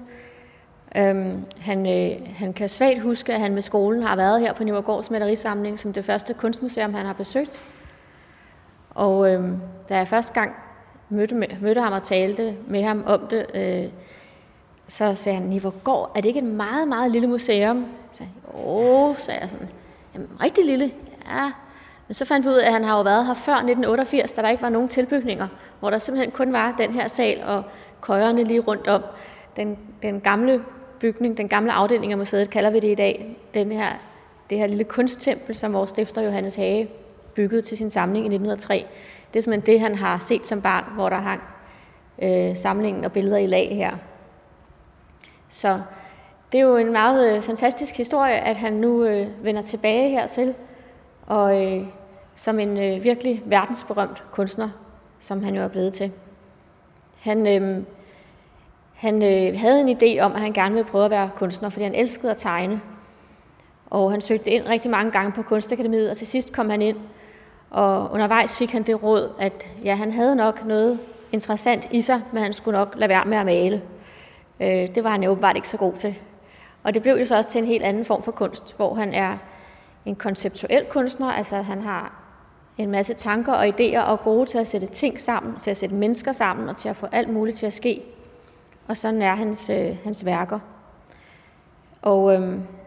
Han kan svagt huske, at han med skolen har været her på Nivågårds malerisamling som det første kunstmuseum, han har besøgt. Og da jeg første gang mødte ham og talte med ham om det, så sagde han, Nivågård, er det ikke et meget, meget lille museum? Så sagde jeg, sagde jeg sådan, jamen, rigtig lille, ja. Men så fandt vi ud af, at han har jo været her før 1988, da der ikke var nogen tilbygninger, hvor der simpelthen kun var den her sal og køjerne lige rundt om. Den gamle bygning, den gamle afdeling af museet, kalder vi det i dag, det her lille kunsttempel, som vores stifter Johannes Hage byggede til sin samling i 1903. Det er simpelthen det, han har set som barn, hvor der hang samlingen og billeder i lag her. Så det er jo en meget fantastisk historie, at han nu vender tilbage hertil, og som en virkelig verdensberømt kunstner, som han jo er blevet til. Han havde en idé om, at han gerne ville prøve at være kunstner, fordi han elskede at tegne. Og han søgte ind rigtig mange gange på Kunstakademiet, og til sidst kom han ind. Og undervejs fik han det råd, at ja, han havde nok noget interessant i sig, men han skulle nok lade være med at male. Det var han jo åbenbart ikke så god til. Og det blev jo så også til en helt anden form for kunst, hvor han er en konceptuel kunstner, altså han har en masse tanker og idéer og er gode til at sætte ting sammen, til at sætte mennesker sammen og til at få alt muligt til at ske. Og sådan er hans værker. Og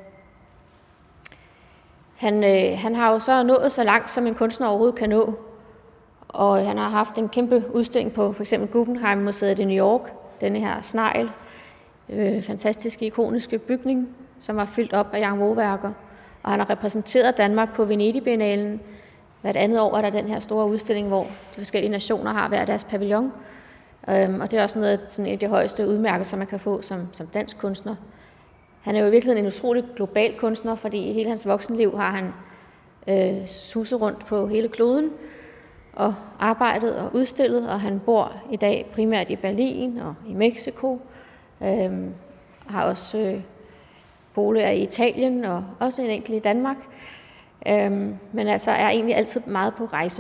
han har jo så nået så langt, som en kunstner overhovedet kan nå. Og han har haft en kæmpe udstilling på f.eks. Guggenheim-museet i New York. Denne her snegl, fantastiske, ikoniske bygning, som var fyldt op af Yang Vo-værker. Og han har repræsenteret Danmark på Venedig-biennalen. Hvert andet år er der den her store udstilling, hvor de forskellige nationer har hver deres pavillon. Og det er også noget, sådan en af de højeste udmærkelser, man kan få som dansk kunstner. Han er jo i virkeligheden en utrolig global kunstner, fordi i hele hans voksenliv har han suset rundt på hele kloden og arbejdet og udstillet, og han bor i dag primært i Berlin og i Mexico. Har også boliger i Italien og også en enkelt i Danmark. Men altså er egentlig altid meget på rejse.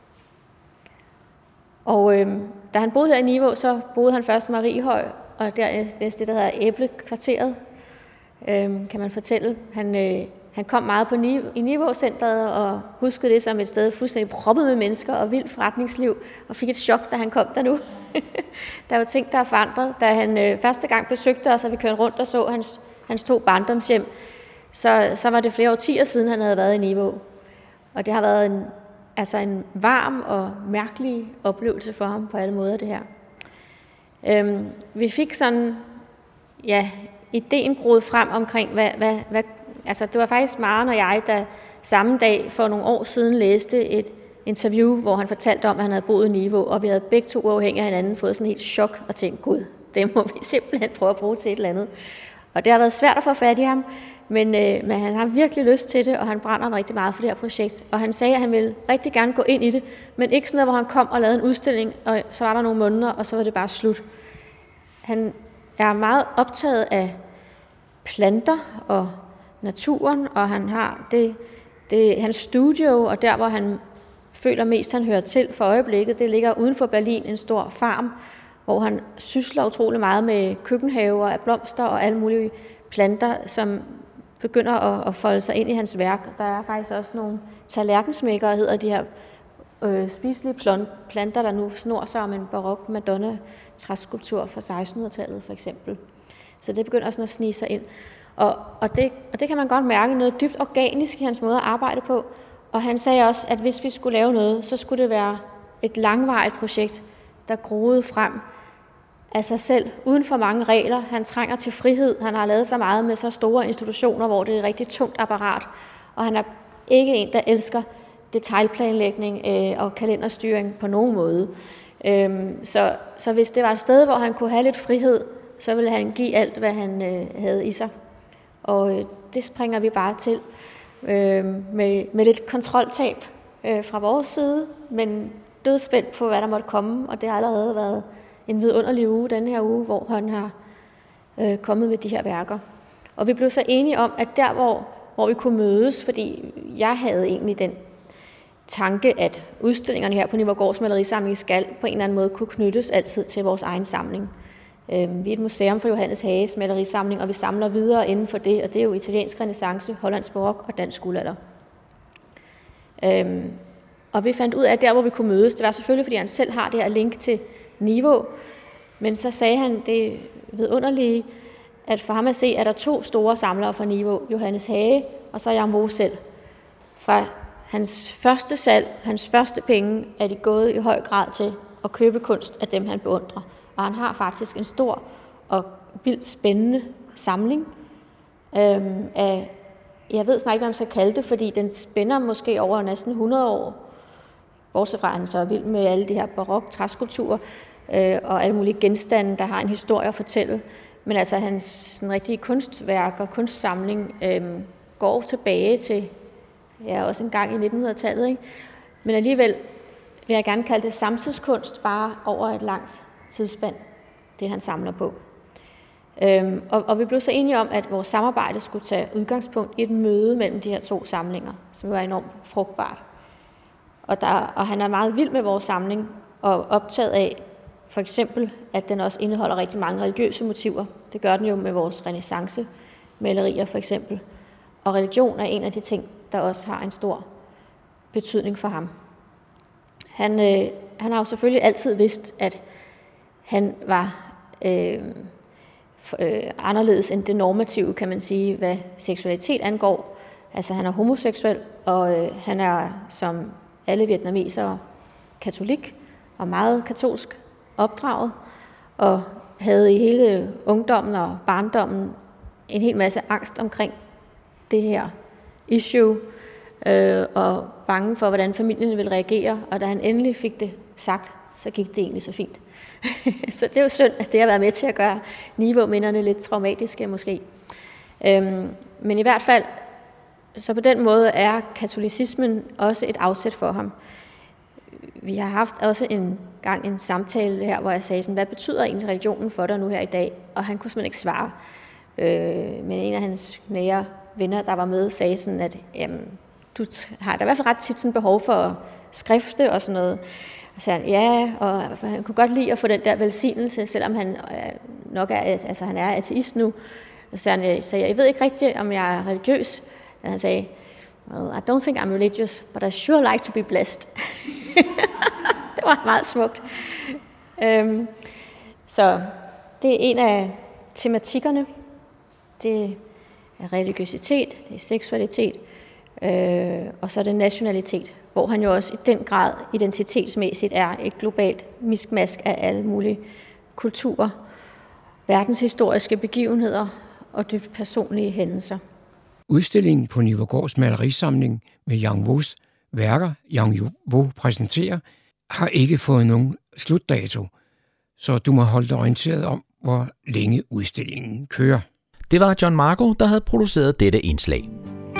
Og da han boede her i Nivå, så boede han først i Mariehøj, og dernæst det, der hedder Æblekvarteret, kan man fortælle. Han kom meget på i Nivå-centret og huskede det som et sted fuldstændig proppet med mennesker og vildt forretningsliv, og fik et chok, da han kom der nu. Der var ting, der er forandret. Da han første gang besøgte os, og vi kørte rundt og så hans 2 barndomshjem, så var det flere årtier siden, han havde været i Nivå. Og det har været en varm og mærkelig oplevelse for ham på alle måder, det her. Vi fik sådan, ideen groet frem omkring, altså det var faktisk Maren og jeg, der samme dag for nogle år siden læste et interview, hvor han fortalte om, at han havde boet i Nivå, og vi havde begge 2 uafhængige af hinanden fået sådan helt chok og tænkt, gud, det må vi simpelthen prøve at bruge til et eller andet. Og det har været svært at få fat i ham, men han har virkelig lyst til det, og han brænder rigtig meget for det her projekt. Og han sagde, at han ville rigtig gerne gå ind i det, men ikke sådan noget, hvor han kom og lavede en udstilling, og så var der nogle måneder, og så var det bare slut. Han er meget optaget af planter og naturen, og han har hans studio, og der, hvor han føler mest, han hører til for øjeblikket, det ligger uden for Berlin, en stor farm, hvor han sysler utrolig meget med køkkenhaver af blomster og alle mulige planter, som begynder at folde sig ind i hans værk. Der er faktisk også nogle tallerkensmækkere, hedder de her spiselige planter, der nu snor sig om en barok Madonna-træskulptur fra 1600-tallet for eksempel. Så det begynder sådan at snige sig ind. Og det kan man godt mærke, noget dybt organisk i hans måde at arbejde på. Og han sagde også, at hvis vi skulle lave noget, så skulle det være et langvarigt projekt, der groede frem af sig selv, uden for mange regler. Han trænger til frihed. Han har lavet så meget med så store institutioner, hvor det er et rigtig tungt apparat. Og han er ikke en, der elsker detailplanlægning og kalenderstyring på nogen måde. Så hvis det var et sted, hvor han kunne have lidt frihed, så ville han give alt, hvad han havde i sig. Og det springer vi bare til med lidt kontroltab fra vores side, men dødspændt på, hvad der måtte komme, og det har allerede været en vidunderlig uge, denne her uge, hvor han har kommet med de her værker. Og vi blev så enige om, at der, hvor vi kunne mødes, fordi jeg havde egentlig den tanke, at udstillingerne her på Nivaagaards Malerisamling skal på en eller anden måde kunne knyttes altid til vores egen samling. Vi er et museum for Johannes Hages malerisamling, og vi samler videre inden for det, og det er jo italiensk renæssance, hollandsk barok og dansk guldalder. Og vi fandt ud af, at der, hvor vi kunne mødes, det var selvfølgelig, fordi han selv har det her link til Niveau, men så sagde han det vidunderlige, at for ham at se, at der er 2 store samlere fra Niveau, Johannes Hage og så Jan Wo selv. Fra hans første salg, hans første penge, er de gået i høj grad til at købe kunst af dem, han beundrer. Og han har faktisk en stor og vildt spændende samling af, jeg ved snart ikke, hvad man skal kalde det, fordi den spænder måske over næsten 100 år. Bortset fra, at han så er vild med alle de her barok træskulpturer og alle mulige genstande, der har en historie at fortælle. Men altså hans sådan rigtige kunstværk og kunstsamling går tilbage til også en gang i 1900-tallet. Ikke? Men alligevel vil jeg gerne kalde det samtidskunst, bare over et langt tidsspand, det han samler på. Og vi blev så enige om, at vores samarbejde skulle tage udgangspunkt i et møde mellem de her 2 samlinger, som var enormt frugtbart. Og han er meget vild med vores samling og optaget af, for eksempel, at den også indeholder rigtig mange religiøse motiver. Det gør den jo med vores renæssance-malerier for eksempel. Og religion er en af de ting, der også har en stor betydning for ham. Han har jo selvfølgelig altid vidst, at han var anderledes end det normative, kan man sige, hvad seksualitet angår. Altså han er homoseksuel, og han er som alle vietnamesere katolik og meget katolsk opdraget, og havde i hele ungdommen og barndommen en hel masse angst omkring det her issue, og bange for, hvordan familien ville reagere, og da han endelig fik det sagt, så gik det egentlig så fint. Så det er jo synd, at det har været med til at gøre Niveau-minderne lidt traumatiske måske. Men i hvert fald, så på den måde er katolicismen også et afsæt for ham. Vi har haft også en samtale her, hvor jeg sagde sådan, hvad betyder egentlig religionen for dig nu her i dag? Og han kunne simpelthen ikke svare. Men en af hans nære venner, der var med, sagde sådan, at du har da i hvert fald ret tit sådan behov for at skrifte og sådan noget. Og så sagde han, ja, og han kunne godt lide at få den der velsignelse, selvom han nok er, han er ateist nu. Og så sagde jeg ved ikke rigtigt, om jeg er religiøs. Og han sagde, well, I don't think I'm religious, but I sure like to be blessed. Det var meget smukt. Så det er en af tematikkerne. Det er religiøsitet, det er seksualitet, og så er det nationalitet, hvor han jo også i den grad identitetsmæssigt er et globalt miskmask af alle mulige kulturer, verdenshistoriske begivenheder og dybt personlige hændelser. Udstillingen på Nivaagaards malerisamling med Jan Wos værker, Jan Wo præsenterer, har ikke fået nogen slutdato, så du må holde dig orienteret om, hvor længe udstillingen kører. Det var John Marco, der havde produceret dette indslag.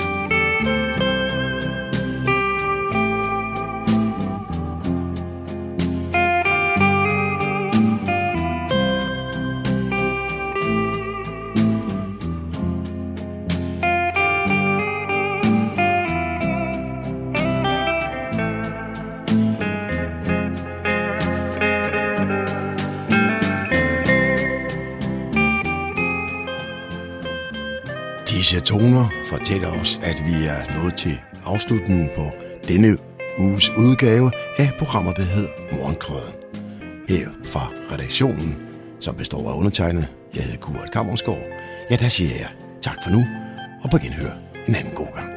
Disse toner fortæller os, at vi er nået til afslutningen på denne uges udgave af programmet, der hedder Morgenkrøden. Her fra redaktionen, som består af undertegnet Jeg hedder Kurt Kammersgaard. Ja, der siger jeg tak for nu, og på genhør en anden god gang.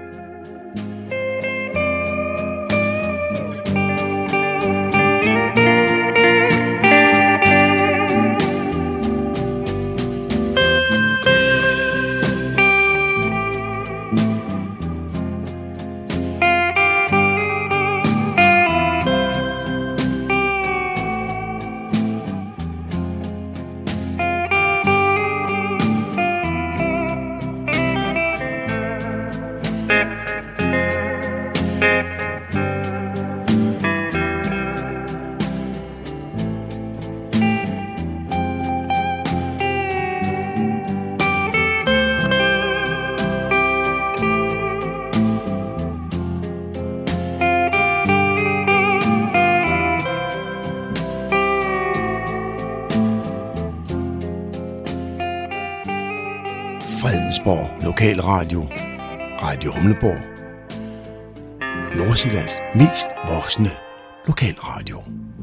Fredensborg Lokalradio, Radio Humleborg, Nordsjællands mest voksne lokalradio.